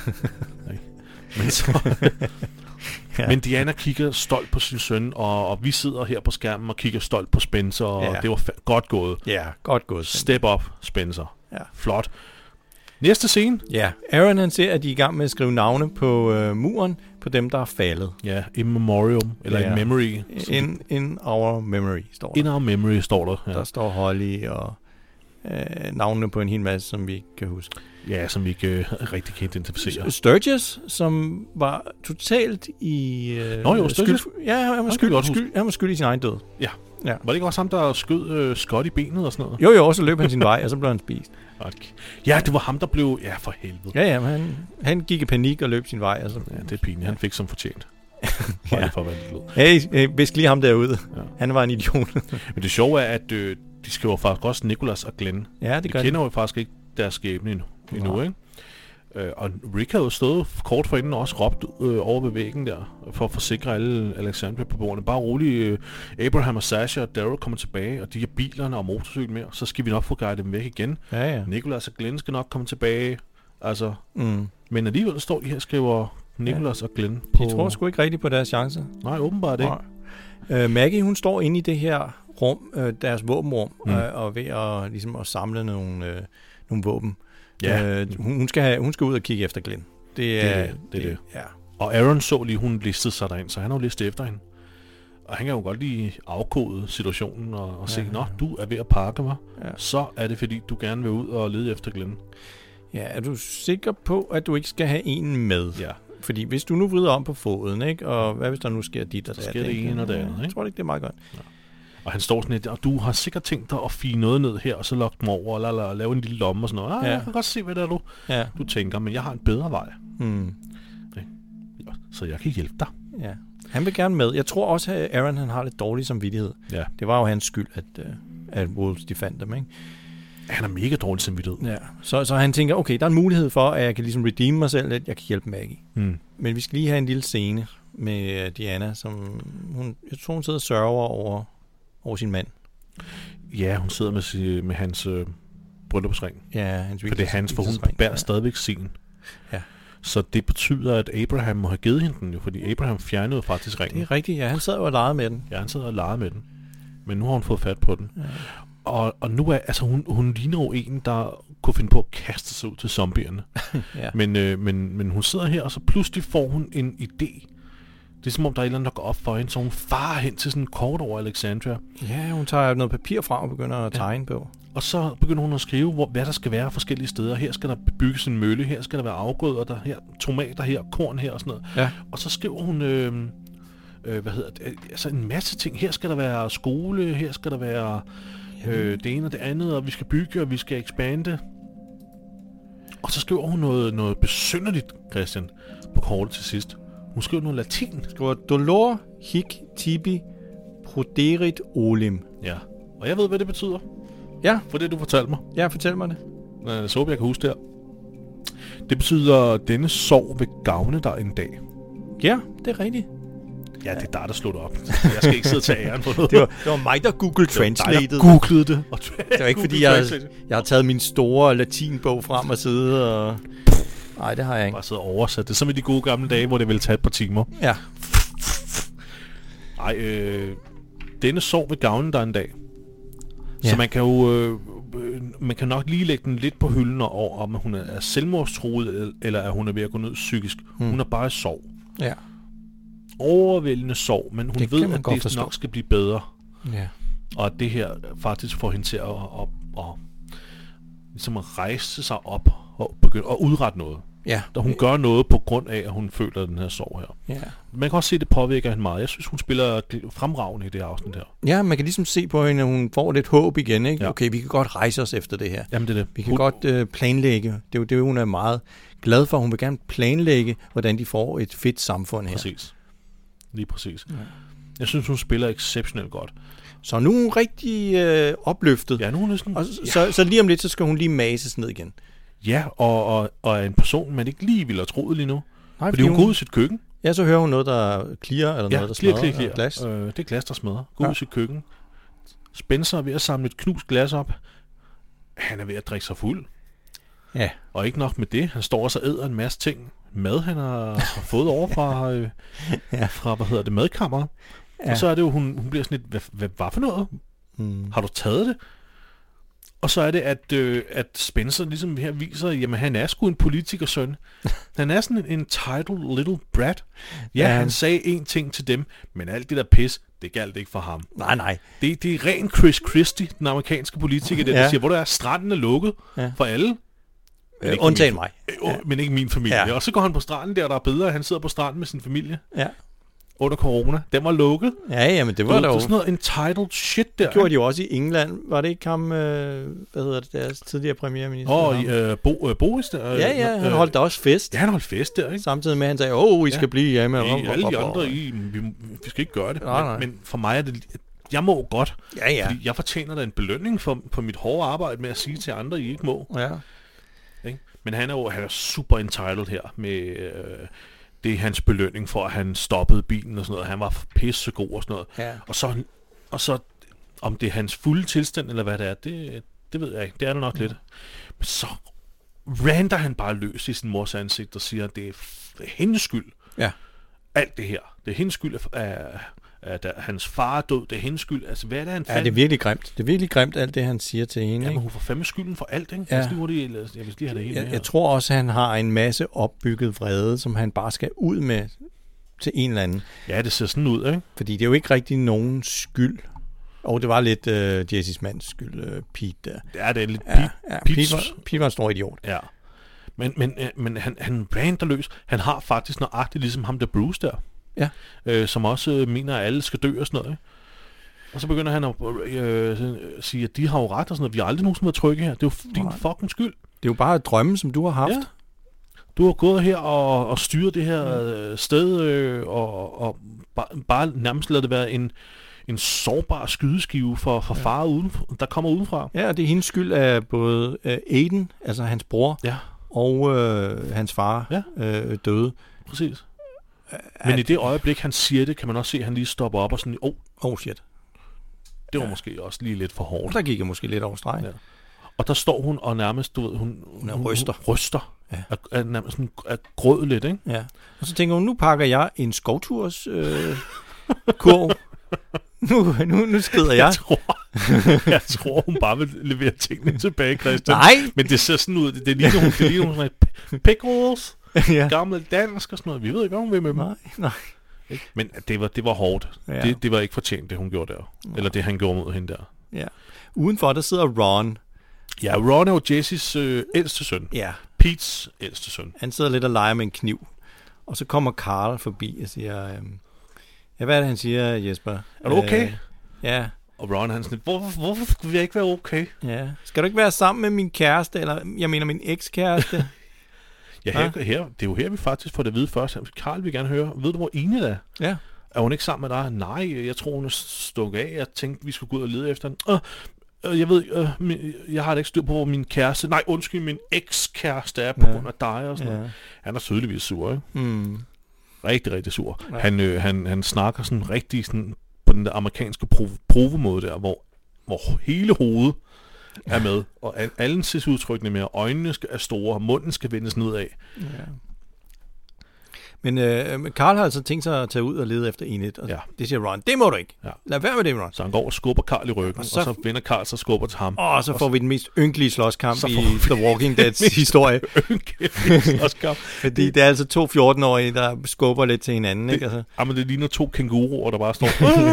Men så... ja. Men Diana kigger stolt på sin søn, og, og vi sidder her på skærmen og kigger stolt på Spencer, og ja. det var fa- godt gået. Ja, godt gået. Step up, Spencer. Ja. Flot. Næste scene. Ja, Aaron han ser, at de er i gang med at skrive navne på øh, muren, på dem, der er faldet. Ja, in memoriam, eller ja. in memory. In, in our memory, står der. In our memory, står der. Ja. Der står Holly og øh, navnene på en hel masse, som vi ikke kan huske. Ja, som vi ikke øh, rigtig kan identificere. Sturgis, som var totalt i... Øh, Nå jo, Sturgis. Skyld, ja, han var skyld, skyld, han var skyld i sin egen død. Ja. ja. Var det ikke også ham, der skød øh, Scott i benet og sådan noget? Jo, jo, og så løb han sin vej, og så blev han spist. Okay. Ja, det var ham, der blev... Ja, for helvede. Ja, ja, men han, han gik i panik og løb sin vej. Og så, ja, det er pinligt. Han fik som fortjent. ja. For, hvad det lød. Hey, hey, visk lige ham derude. Ja. Han var en idiot. Men det sjove er, at øh, de skriver faktisk også Nicholas og Glenn. Ja, det gør de. kender jo faktisk ikke deres skæbne endnu, endnu ikke? Øh, og Rick havde jo stået kort forinden og også råbt øh, over ved væggen der, for at forsikre alle Alexandria på bordene. Bare roligt, øh, Abraham og Sasha og Daryl kommer tilbage, og de har bilerne og motorcyklen med, så skal vi nok få guidet dem væk igen. Ja, ja. Nicholas og Glenn skal nok komme tilbage. Altså, mm. Men alligevel står de her og skriver Nicholas ja. og Glenn på... De tror sgu ikke rigtigt på deres chancer. Nej, åbenbart ikke. Nej. Uh, Maggie, hun står inde i det her rum, uh, deres våbenrum, mm. uh, og ved at, ligesom, at samle nogle, uh, nogle våben. Ja. Uh, hun, skal have, hun skal ud og kigge efter Glenn. Det er det. det, det. det. Ja. Og Aaron så lige, hun listede sig derind, så han har jo listet efter hende. Og han kan jo godt lige afkode situationen og, og ja, se, nå, du er ved at pakke mig. Ja. Så er det, fordi du gerne vil ud og lede efter Glenn. Ja, er du sikker på, at du ikke skal have en med? Ja. Fordi hvis du nu vrider om på foden, ikke? Og hvad hvis der nu sker dit og det? Så sker det ene og det andet, ikke? Jeg tror ikke, det er meget godt. Ja. Og han står sådan lidt, og du har sikkert tænkt dig at fige noget ned her, og så lokke dem over, eller, eller lave en lille lomme og sådan noget. Ah, ja. Jeg kan godt se, hvad det er, du, ja. du tænker, men jeg har en bedre vej. Mm. Okay. Ja, så jeg kan hjælpe dig. Ja. Han vil gerne med. Jeg tror også, at Aaron han har lidt dårlig samvittighed. Ja. Det var jo hans skyld, at, uh, at Wolves de fandt dem, ikke? Han er mega dårlig samvittighed. Ja. Så, så han tænker, okay, der er en mulighed for, at jeg kan ligesom redeem mig selv lidt. Jeg kan hjælpe Maggie. Mm. Men vi skal lige have en lille scene med uh, Diana, som hun, jeg tror, hun sidder og sørger over, over sin mand. Ja, hun sidder med, si, med hans øh, bryllupsring. Ja, hans for det er hans, for hun bærer ja. stadigvæk sin. Ja. Så det betyder, at Abraham må have givet hende den jo, fordi Abraham fjernede faktisk ringen. Det er rigtigt, ja. Han sad jo og legede med den. Ja, han sad og legede med den. Men nu har hun fået fat på den. Ja. Og, og nu er, altså hun, hun ligner jo en, der kunne finde på at kaste sig ud til zombierne. ja. men, øh, men, men hun sidder her, og så pludselig får hun en idé. Det er som om, der er et eller andet, der går op for hende, så hun farer hen til sådan en kort over Alexandria. Ja, hun tager noget papir fra og begynder at tegne ja. på. Og så begynder hun at skrive, hvor, hvad der skal være forskellige steder. Her skal der bygges en mølle, her skal der være afgrøder, der her tomater her, korn her og sådan noget. Ja. Og så skriver hun, øh, øh, hvad hedder det, altså en masse ting. Her skal der være skole, her skal der være øh, det ene og det andet, og vi skal bygge, og vi skal ekspande. Og så skriver hun noget, noget besynderligt, Christian, på kortet til sidst. Hun skriver noget latin. Hun skriver dolor hic tibi proderit olim. Ja, og jeg ved, hvad det betyder. Ja. For det, du fortalte mig. Ja, fortæl mig det. Jeg så, jeg kan huske det her. Det betyder, at denne sorg vil gavne dig en dag. Ja, det er rigtigt. Ja, det er dig, der slog det op. Jeg skal ikke sidde og tage æren på noget. det, var, det var mig, der Google Translated. Det var dig, der googlede det. Det var ikke, fordi jeg, jeg har taget min store latinbog frem og sidde og... Nej, det har jeg ikke. Bare sidde og oversat. Det er som i de gode gamle dage, hvor det ville tage et par timer. Ja. Ej, øh, denne sorg vil gavne dig en dag. Ja. Så man kan jo øh, man kan nok lige lægge den lidt på hylden over, om hun er selvmordstruet, eller er hun er ved at gå ned psykisk. Hmm. Hun er bare i sorg. Ja. Overvældende sorg, men hun det ved, at det forstå. nok skal blive bedre. Ja. Og at det her faktisk får hende til at, at, at, at, ligesom at rejse sig op og begynde at udrette noget. Ja. Da hun gør noget på grund af, at hun føler den her sorg her. Ja. Man kan også se, at det påvirker hende meget. Jeg synes, hun spiller fremragende i det her afsnit her. Ja, man kan ligesom se på hende, at hun får lidt håb igen. Ikke? Ja. Okay, vi kan godt rejse os efter det her. Jamen, det er det. Vi kan hun... godt øh, planlægge. Det er jo det, hun er meget glad for. Hun vil gerne planlægge, hvordan de får et fedt samfund her. Præcis. Lige præcis. Ja. Jeg synes, hun spiller exceptionelt godt. Så nu er hun rigtig øh, opløftet. Ja, nu er hun sådan... Og ja. så, så lige om lidt, så skal hun lige mases ned igen. Ja, og, og, og er en person, man ikke lige ville have troet lige nu. Nej, fordi, fordi hun hun- går ud i sit køkken. Ja, så hører hun noget, der klirrer, eller Ja, noget, der klirr, smadrer klirr, klirr. glas. Øh, det er glas, der smadrer. Går Ja. ud i sit køkken. Spencer er ved at samle et knust glas op. Han er ved at drikke sig fuld. Ja. Og ikke nok med det. Han står også og æder en masse ting. Mad, han har, har fået over fra, øh, Ja. fra, hvad hedder det, madkammeret. Ja. Og så er det jo, hun, hun bliver sådan lidt, hvad, hvad, hvad for noget? Mm. Har du taget det? Og så er det, at, øh, at Spencer ligesom her viser, jamen han er sgu en politikersøn. Han er sådan en entitled little brat. Ja, Ja. han sagde en ting til dem, men alt det der pis, det galt ikke for ham. Nej, nej. Det, det er ren Chris Christie, den amerikanske politiker, der, Ja. der siger, hvor der er, stranden er lukket Ja. for alle. Øh, ikke undtagen min- mig. Øh, Men ikke min familie. Ja. Og så går han på stranden der, der er bedre. Han sidder på stranden med sin familie Ja. under corona. Den var lukket. Ja, ja, men det var Det der er jo... sådan noget entitled shit der. Det gjorde de jo også i England. Var det ikke ham, øh, hvad hedder det, deres tidligere premierminister? Og Ham? øh, Bo, øh, Boris der. Ja, ja, han holdt da også fest. Ja, han holdt fest der, ikke? Samtidig med, at han sagde, åh, I skal Ja. blive hjemme. I, alle de andre, I, vi, vi skal ikke gøre det. Nej, nej. Men, men for mig er det... Jeg må godt. Ja, ja. Fordi jeg fortjener da en belønning for, for mit hårde arbejde med at sige til andre, I ikke må. Ja. Ikke? Men han er jo han er super entitled her med... Øh, det er hans belønning for, at han stoppede bilen og sådan noget. Han var pissegod og sådan noget. Ja. Og så, og så, om det er hans fulde tilstand, eller hvad det er, det, det ved jeg ikke. Det er det nok lidt. Men så rander han bare løs i sin mors ansigt og siger, at det er f- hendes skyld. Ja. Alt det her. Det er hendes skyld, at, at, at, at hans far er død. Det er hendes skyld. Altså, hvad er det, han Ja, fandt? det er virkelig grimt. Det er virkelig grimt, alt det, han siger til hende. Ja, men Ikke? hun får fandme skylden for alt, ikke? Ja. Jeg, lige hurtigt, jeg vil lige have det hele Jeg, med jeg her. tror også, han har en masse opbygget vrede, som han bare skal ud med til en eller anden. Ja, det ser sådan ud, ikke? Fordi det er jo ikke rigtig nogen skyld. Og det var lidt uh, Jessys mands skyld, uh, Pete der. Ja, det er lidt Ja, Pete, ja, Pete's- Pete, var, Pete var en stor idiot. Ja. Men, men, øh, men han, han rander løs. Han har faktisk nøjagtigt ligesom ham der Bruce der. Ja. Øh, som også øh, mener, at alle skal dø og sådan noget. Ikke? Og så begynder han at øh, sige, at de har jo ret og sådan noget. Vi har aldrig nogensinde været trygge her. Det er jo f- din Nej. fucking skyld. Det er jo bare drømme, som du har haft. Ja. Du har gået her og, og styret det her øh, sted, øh, og, og bare, bare nærmest lader det være en, en sårbar skydeskive for, for ja. far, uden, der kommer udenfra. Ja, og det er hendes skyld af både uh, Aiden, altså hans bror, Ja, og uh, hans far Ja. uh, døde. præcis. Men i det øjeblik, han siger det, kan man også se, at han lige stopper op og sådan, åh, oh, Oh shit. det var ja. måske også lige lidt for hårdt. Der gik jeg måske lidt over stregen. Ja. Og der står hun og nærmest, du ved, hun, Hun er ryster. Hun ryster. Ja. Er, er nærmest sådan, er grød lidt, ikke? Ja. Og så tænker hun, nu pakker jeg en skovturs øh, kurv. Nu, nu, nu skrider jeg. Jeg tror, jeg tror, hun bare vil levere tingene tilbage, Christian. Nej! Men det ser sådan ud, det, det ligner hun, det ligner hun sådan et pickles, Ja. gammel dansk og sådan noget. Vi ved ikke, hvad hun vil med dem. Nej, nej. Ikke? Men det var, det var hårdt. Ja. Det, det var ikke fortjent, det hun gjorde der. Eller det, han gjorde mod hende der. Ja. Udenfor, der sidder Ron. Ja, Ron er jo Jessys øh, ældste søn. Ja. Pete's ældste søn. Han sidder lidt og leger med en kniv. Og så kommer Carl forbi og siger... Øhm, ja, hvad er det, han siger, Jesper? Er du okay? Øh, ja. Og Ron han er sådan lidt, hvorfor, hvorfor skulle jeg ikke være okay? Ja. Skal du ikke være sammen med min kæreste, eller jeg mener min ekskæreste? Ja, her, her, det er jo her, vi faktisk får det at vide først. Karl vil gerne høre, ved du, hvor Enid er? Ja. Er hun ikke sammen med dig? Nej, jeg tror, hun er stukket af. Jeg tænkte, vi skulle gå ud og lede efter den. Øh, øh, jeg ved, øh, min, jeg har da ikke styr på, hvor min kæreste... Nej, undskyld, min ekskæreste er på Ja. grund af dig og sådan Ja. noget. Han er tydeligvis sur, ikke? Mm. Rigtig, rigtig sur. Ja. Han, øh, han, han snakker sådan rigtig sådan på den der amerikanske prov- provemåde der, hvor, hvor hele hovedet er med, og al- alle ansigtsudtrykkene med, øjnene skal, er store, munden skal vendes nedad. Ja. Men øh, Carl har altså tænkt sig at tage ud og lede efter Enid, og Ja. det siger Ron, det må du ikke. Ja. Lad være med det, Ron. Så han går og skubber Karl i ryggen, Og og så- så, og så vender Karl så skubber til ham. Og så får vi den mest ynkelige slåskamp Så i får vi The Walking Deads mest historie. Slåskamp. Fordi det er altså to fjorten-årige, der skubber lidt til hinanden, ikke? Altså. Jamen, det ligner to kænguruer, der bare står...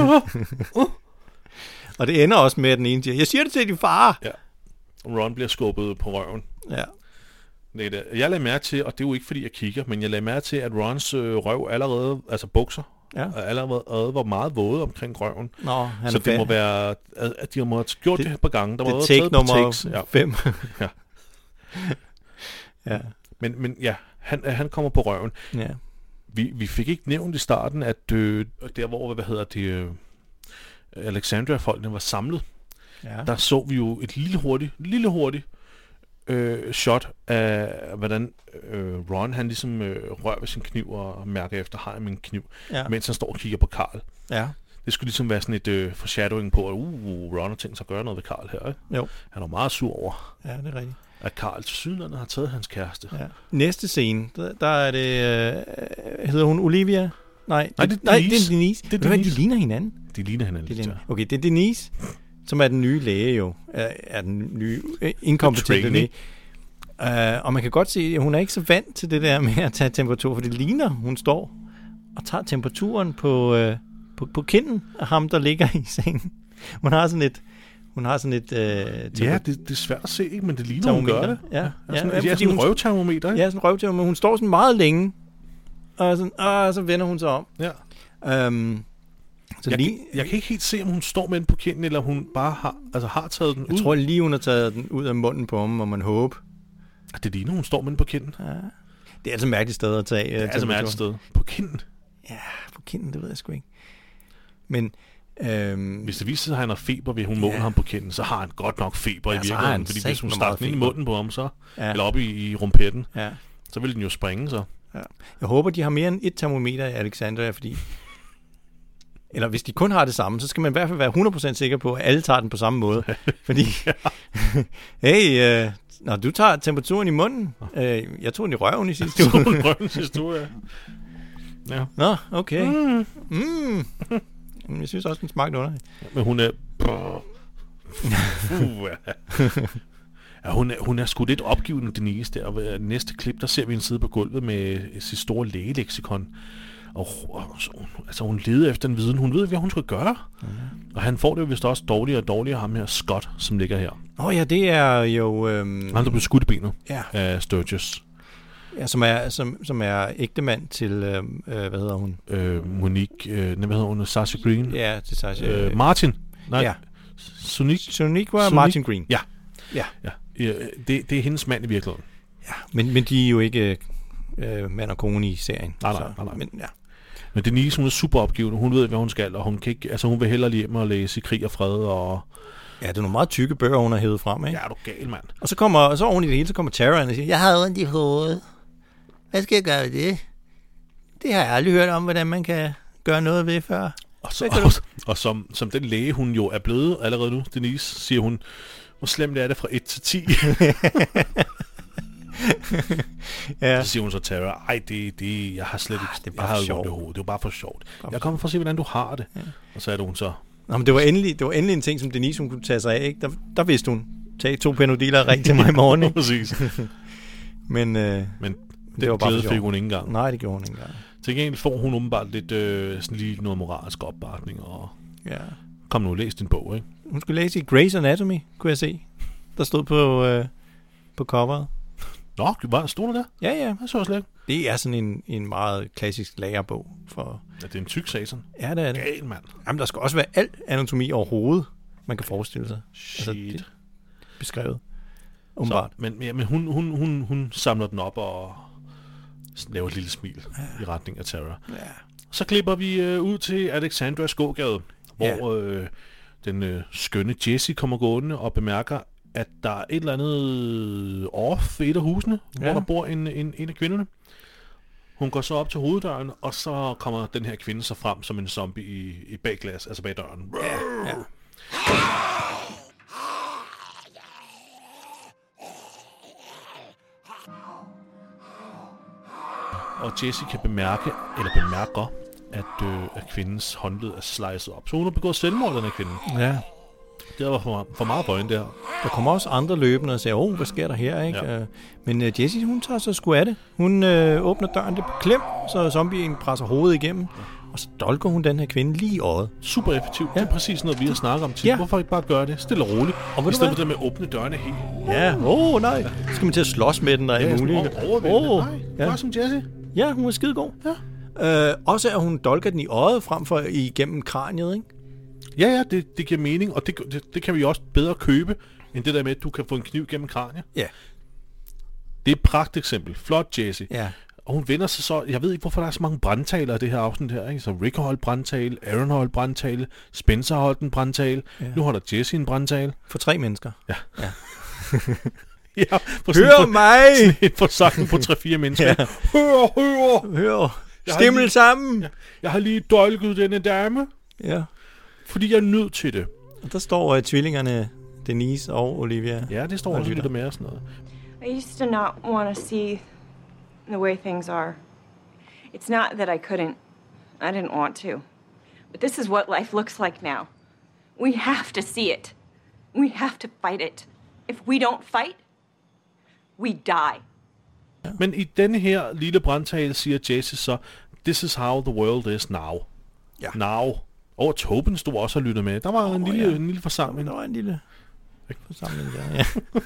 Og det ender også med, at den ene siger, jeg siger det til din far. Ja. Ron bliver skubbet på røven. Ja. Nej, det, jeg lagde mærke til, og det er jo ikke fordi jeg kigger, men jeg lagde mærke til, at Rons øh, røv allerede, altså bukser, Ja. allerede var meget våde omkring røven. Nå, han Så er det fa- må være, at at de må have gjort det, Det- det et par gange. Der det var er også take taget på nummer takes. Ja. fem. Ja. Ja. Men, men ja, han, han kommer på røven. Ja. Vi, vi fik ikke nævnt i starten, at øh, der hvor, hvad hedder det, øh, Alexandria-folkene var samlet, ja. Der så vi jo et lille hurtigt, lille hurtigt øh, shot af, hvordan øh, Ron, han ligesom øh, rører ved sin kniv og mærker efter, har jeg min kniv, ja. Mens han står og kigger på Carl. Ja. Det skulle ligesom være sådan et øh, foreshadowing på, at uh, Ron har tænkt sig at gøre noget ved Carl her, ikke? Jo. Han er meget sur over, ja, det er rigtigt. At Carl til sydenlandet har taget hans kæreste. Ja. Næste scene, der, der er det, øh, hedder hun Olivia? Nej, nej, det, det, nej, det er Denise. Det er Denise. Hvad, de ligner hinanden? De ligner hinanden de lidt, ligner. Okay, det er Denise, som er den nye læge jo. Er, er den nye øh, inkompetente læge. Uh, og man kan godt se, at hun er ikke så vant til det der med at tage temperatur, for det ligner, hun står og tager temperaturen på, uh, på, på kinden af ham, der ligger i sengen. Hun har sådan et... Hun har sådan et... Uh, ja, det, det er svært at se, ikke? Men det ligner, hun gør det. Ja, ja, ja, sådan, ja, sådan en røvtermometer, ikke? Ja, sådan en røvtermometer. Hun står sådan meget længe, og, sådan, og så vender hun sig om. Ja. Um, så jeg, lige, jeg kan ikke helt se, om hun står med den på kinden, eller hun bare har, altså har taget den jeg ud. Jeg tror lige, hun har taget den ud af munden på ham, må man håbe. Det ligner, hun står med den på kinden. Ja. Det er altså et mærkeligt sted at tage. Det er altså et mærkeligt sted. På kinden? Ja, på kinden, det ved jeg sgu ikke. Men... Øhm, hvis det viser sig, at han har feber, vil hun måle ja. ham på kinden, så har han godt nok feber ja, i virkeligheden. Fordi hvis hun starter den ind i munden på ham, så, ja. eller op i, i rumpetten, ja. så vil den jo springe så. Ja. Jeg håber, de har mere end et termometer i Alexandria, fordi... Eller hvis de kun har det samme, så skal man i hvert fald være hundrede procent sikker på, at alle tager den på samme måde. Fordi... hey... Øh, Nå, du tager temperaturen i munden. Øh, jeg tog den i røven i sidste uge. Jeg tog den i røven i sidste uge, ja. ja. Nå, okay. Mm. Mm. Jeg synes også, den smagte underligt. Men hun er... uh, ja, hun er, hun er sgu lidt opgivende, Denise, der. Næste klip, der ser vi en side på gulvet med sit store lægeleksikon. Og, og altså, hun leder efter en viden. Hun ved, hvad hun skal gøre. Mm. Og han får det jo vist også dårligere og dårligere, ham her Scott, som ligger her. Åh oh, ja, det er jo... Øhm... Han der blev skudt i benet ja. af Sturgis. Ja, som er, som, som er ægtemand til, øh, hvad hedder hun? Øh, Monique, øh, hvad hedder hun? Sasha Green? Ja, til Sasha. Øh, Martin? Nej, ja. Sonique? Sonique var Sonique? Martin Green. Ja. Ja. ja. ja det, det er hendes mand i virkeligheden. Ja, men, men de er jo ikke øh, mand og kone i serien. Nej, nej, nej. nej. Men, ja. Men Denise, hun er super opgivende. Hun ved, hvad hun skal, og hun kan ikke, altså hun vil hellere hjem og læse Krig og Fred og... Ja, det er nogle meget tykke bøger, hun har hævet frem, ikke? Ja, er du gal, mand. Og så kommer, så oven i det hele, så kommer Tara og siger, jeg har ondt i hovedet. Hvad skal jeg gøre ved det? Det har jeg aldrig hørt om, hvordan man kan gøre noget ved før. Og, så, og, og som, som den læge, hun jo er blevet allerede nu, Denise, siger hun, hvor slemt er det fra et til ti? Ja. Så siger hun så Tara, ej, det, det, jeg har slet ikke, ah, det er bare jeg har ondt i hovedet. Det er bare for sjovt. Bare jeg kommer for at se, hvordan du har det. Ja. Og så er det hun så... Nå, men det var endelig, det var endelig en ting, som Denise hun kunne tage sig af, ikke? Der, der vidste hun, tag to Panodiler og ring til mig i morgen, ikke? Præcis. Men, øh, men det var bare glæde fik hun ikke engang. Nej, det gjorde hun ikke engang. Til gengæld får hun åbenbart lidt øh, sådan lige noget moralsk opbakning, og ja. Kom nu, læs din bog, ikke? Hun skulle læse i Grey's Anatomy, kunne jeg se. Der stod på, øh, på coveret. Nå, var stod der der? Ja, ja. Jeg så slet ikke. Det er sådan en, en meget klassisk lærerbog. For... Ja, det er en tyk satan. Ja, det er det. Gal, mand. Jamen, der skal også være alt anatomi overhovedet, man kan forestille sig. Shit. Altså, det beskrevet. Umiddelbart. Så, men ja, men hun, hun, hun, hun samler den op og laver et lille smil ja. i retning af Tara. Ja. Så klipper vi øh, ud til Alexandras gågade, hvor ja. øh, den øh, skønne Jessie kommer gående og bemærker, at der er et eller andet off i et af husene, ja. hvor der bor en, en, en af kvinderne. Hun går så op til hoveddøren, og så kommer den her kvinde så frem som en zombie i, i bag glas, altså bag døren. Ja. Ja. Og Jessie kan bemærke, eller bemærker, at, øh, at kvindens håndled er slicet op. Så hun har begået selvmord, den her kvinde. Ja. Det var for, for meget bøjen der. Der kommer også andre løbende og siger, åh, hvad sker der her, ikke? Ja. Men uh, Jessie, hun tager så sgu af det. Hun øh, åbner døren lidt på klem, så zombien presser hovedet igennem, ja. og så dolker hun den her kvinde lige i øjet. Super effektivt. Ja. Det er præcis noget, vi har snakket om til. Ja. Hvorfor ikke bare gøre det stille og roligt? Og i stedet for det med at åbne dørene helt. Ja, åh oh, nej. Så skal man til at slås med den, der ja, er muligt. Åh, nej. Ja. Gør som Jessie. Ja, hun er skidegod. Ja. Øh, også at hun dolker den i øjet frem for igennem kraniet, ikke? Ja, ja, det, det giver mening, og det, det, det kan vi også bedre købe, end det der med, at du kan få en kniv gennem kraniet. Ja. Det er et pragt eksempel. Flot, Jessie. Ja. Og hun vender sig så... Jeg ved ikke, hvorfor der er så mange brandtaler i det her afsnit her, ikke? Så Rick har holdt brandtale, Aaron har holdt brandtale, Spencer har holdt en brandtale, ja. Nu holder Jesse en brandtale. For tre mennesker. Ja. Ja. Ja, hør for, mig! En forsagten på tre-fire mennesker. Ja. Hør, hør! Hør! Stimmel sammen! Ja, jeg har lige døjlet denne dame. Ja. Fordi jeg er nødt til det. Og der står uh, tvillingerne Denise og Olivia. Ja, det står også lidt med og sådan noget. I used to not want to see the way things are. It's not that I couldn't. I didn't want to. But this is what life looks like now. We have to see it. We have to fight it. If we don't fight, we die. Ja. Men i denne her lille brandtale siger Jesse så, this is how the world is now. Ja. Now. Og Tobin stod også og lyttede med. Der var oh, en, lille, ja. en lille forsamling. Der var en lille forsamling der, ja.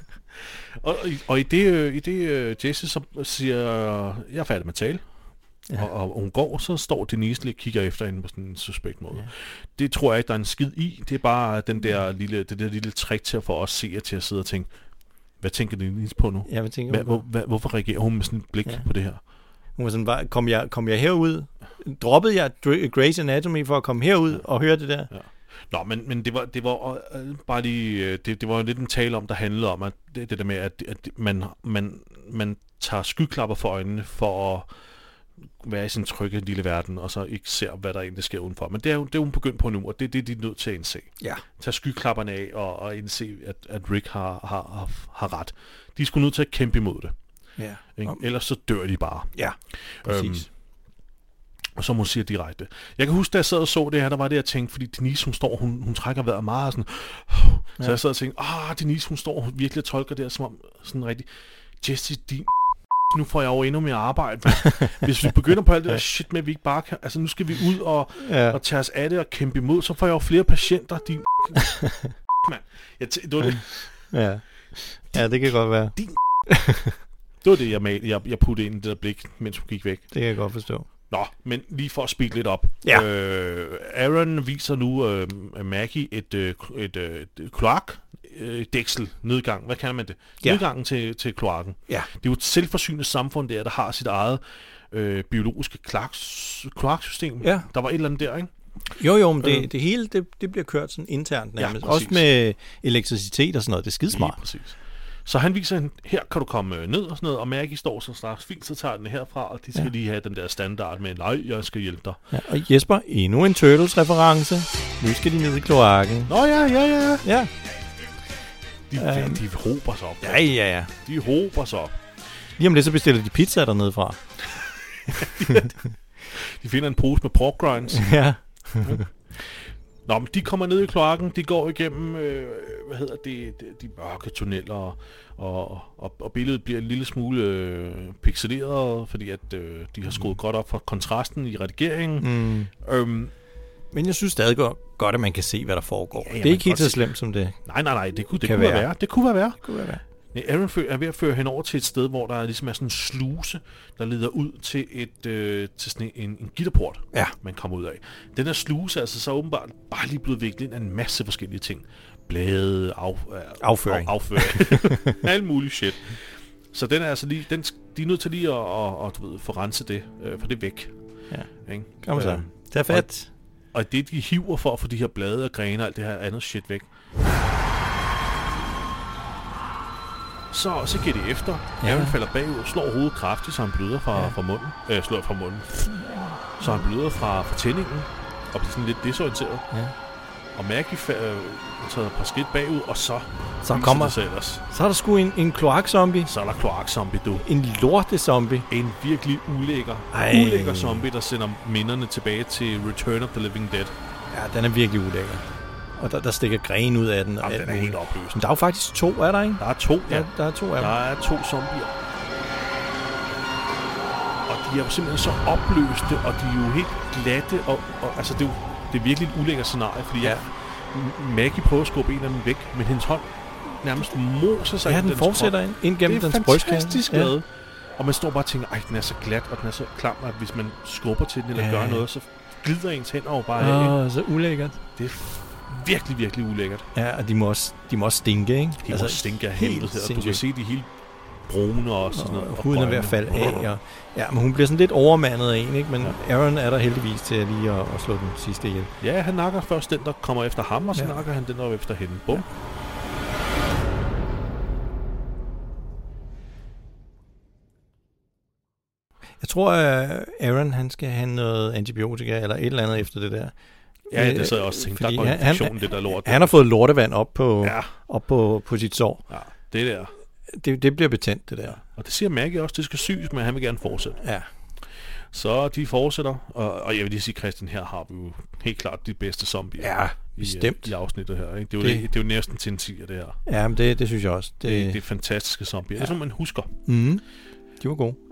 og, og i det, i det Jesse så siger, jeg er færdig med at tale. Ja. Og, og hun går, så står Denise lige og kigger efter hende på sådan en suspekt måde. Ja. Det tror jeg ikke, der er en skid i. Det er bare den der lille, det der lille trick til at få os seere til at sidde og tænke, hvad tænker Denise på nu? Ja, hvad tænker hvad, hun på? Hvor, hvorfor reagerer hun med sådan et blik ja. på det her? Hun var sådan bare, kom jeg, kom jeg herud? Droppede jeg Grey's Anatomy for at komme herud ja. og høre det der? Ja. Nå, men, men det var, det var øh, bare lige, det, det var jo lidt en tale om, der handlede om, at det, det der med, at, at man, man, man tager skyklapper for øjnene for at være i sin trygge lille verden, og så ikke ser, hvad der egentlig sker udenfor. Men det er jo, det er jo begyndt på nu, og det er det, de er nødt til at indse. Ja. Tag skyklapperne af og, og indse, at, at Rick har, har, har, har ret. De er sgu nødt til at kæmpe imod det. Ja. Ikke? Ellers så dør de bare. Ja, præcis. Øhm, og så må hun sige direkte. Jeg kan huske, da jeg sad og så det her, der var det, jeg tænkte, fordi Denise, hun står, hun, hun trækker vejret meget sådan, uh, ja. Så jeg sad og tænkte, ah, Denise, hun står, hun virkelig tolker det her, som om, sådan rigtig, Jesse, din nu får jeg jo endnu mere arbejde. Hvis vi begynder på alt det der shit med, at vi ikke bare kan, altså nu skal vi ud og, ja. og tage os af det og kæmpe imod, så får jeg jo flere patienter, din mand. Jeg t- det var det. Ja. Ja, det kan godt være. Din det var det, jeg, mal- jeg, jeg puttede ind i det der blik, mens hun gik væk. Det kan jeg godt forstå. Nå, men lige for at speak lidt op. Ja. Øh, Aaron viser nu øh, Maggie et, øh, et, øh, et kloak, øh, dæksel, nedgang. Hvad kalder man det? Ja. Nedgangen til, til kloakken. Ja. Det er jo et selvforsynet samfund der, der har sit eget øh, biologiske kloaks, kloaksystem. Ja. Der var et eller andet der, ikke? Jo, jo, men det, øh. det hele, det, det bliver kørt sådan internt nærmest. Ja, også med elektricitet og sådan noget. Det er skidesmart. Ja, præcis. Så han viser hende, her kan du komme ned og sådan noget, og Maggie står så straks fint, så tager den herfra, og de skal ja. lige have den der standard med, nej, jeg skal hjælpe dig. Ja, og Jesper, endnu en Turtles-reference. Nu skal de ned i kloakken. Nå ja, ja, ja. Ja. De, um, de hober sig op. Ja, ja, ja. De hober sig op. Lige om lidt, så bestiller de pizza dernede fra. De finder en pose med pork grinds. Ja. Nå, men de kommer ned i kloakken, de går igennem, øh, hvad hedder det, de, de mørke tunneller, og, og, og, og billedet bliver en lille smule øh, pixeleret, fordi at øh, de har skruet mm. godt op for kontrasten i redigeringen. Mm. Øhm, men jeg synes stadig godt, at man kan se, hvad der foregår. Ja, ja, det er ikke helt så slemt som det Nej, nej, nej, det kunne, det kan kunne være. være. Det kunne være være. Det kunne være. Aaron er ved at føre hende over til et sted, hvor der ligesom er sådan en sluse, der leder ud til et øh, til sådan en, en gitterport, ja. man kommer ud af. Den her sluse er altså så åbenbart bare lige blevet viklet ind af en masse forskellige ting. Blade, af, øh, afføring, af, afføring. Alt muligt shit. Så den er altså lige, den, de er nødt til lige at, at, at, at, at få renset det, øh, for det væk. Ja. Kom så. Tag fat. Og, og det de hiver for at få de her blade og grene og alt det her andet shit væk. Så, så giver de efter. Ja. Aaron falder bagud, slår hovedet kraftigt, så han bløder fra, ja. fra munden. Øh, slår fra munden. Så han bløder fra, fra tændingen, og bliver sådan lidt desorienteret. Ja. Og Maggie fa- øh, tager et par skridt bagud, og så... Så kommer... Så er der sgu en, en kloakzombie. Så er der kloakzombie, du. En lortezombie. En virkelig ulækker, ulækker zombie, der sender minderne tilbage til Return of the Living Dead. Ja, den er virkelig ulækker. Og der, der stikker gren ud af den. Jamen, den er helt opløst. Men der er jo faktisk to, er der ikke? Der er to, ja. ja der er to af dem. Der er to zombier. Og de er jo simpelthen så opløste, og de er jo helt glatte. Og, og altså, det er jo det er virkelig et ulækkert scenarie, fordi ja. jeg, Maggie prøver at skubbe en af dem væk, men hendes hånd nærmest moser sig. Ja, den fortsætter ind, ind gennem dens brystkasse. Det er fantastisk lavet. Ja. Og man står bare og tænker, ej, den er så glat, og den er så klam, at hvis man skubber til den eller ja. gør noget, så glider ens hænder over bare af. Åh, oh, så ulækkert. Det er virkelig, virkelig ulækkert. Ja, og de må også, de må også stinke, ikke? De altså, må stinke af helvede. Og du kan se, de hele brune også. Og, sådan noget, og og huden er ved at falde af. Og, ja, men hun bliver sådan lidt overmandet af en, ikke? Men ja. Aaron er der heldigvis til lige at, at slå den sidste ihjel. Ja, han nakker først den, der kommer efter ham, og så ja. nakker han den, der er efter hende. Bum. Ja. Jeg tror, at Aaron han skal have noget antibiotika eller et eller andet efter det der. Ja, det så jeg også tænkt. Der går infektion, det der lort. Han har fået lortevand op på, ja. op på, på sit sår. Ja, det der. Det, det bliver betændt, det der. Og det siger Maggie også, det skal syes, men han vil gerne fortsætte. Ja. Så de fortsætter, og, og jeg vil lige sige, Christian, her har vi jo helt klart de bedste zombier. Ja, bestemt. I, i afsnittet her. Ikke? Det, er jo, det, det er jo næsten til en tier, det her. Ja, men det, det synes jeg også. Det, det, det er fantastiske zombier. Ja. Det er som man husker. Mm. De var gode.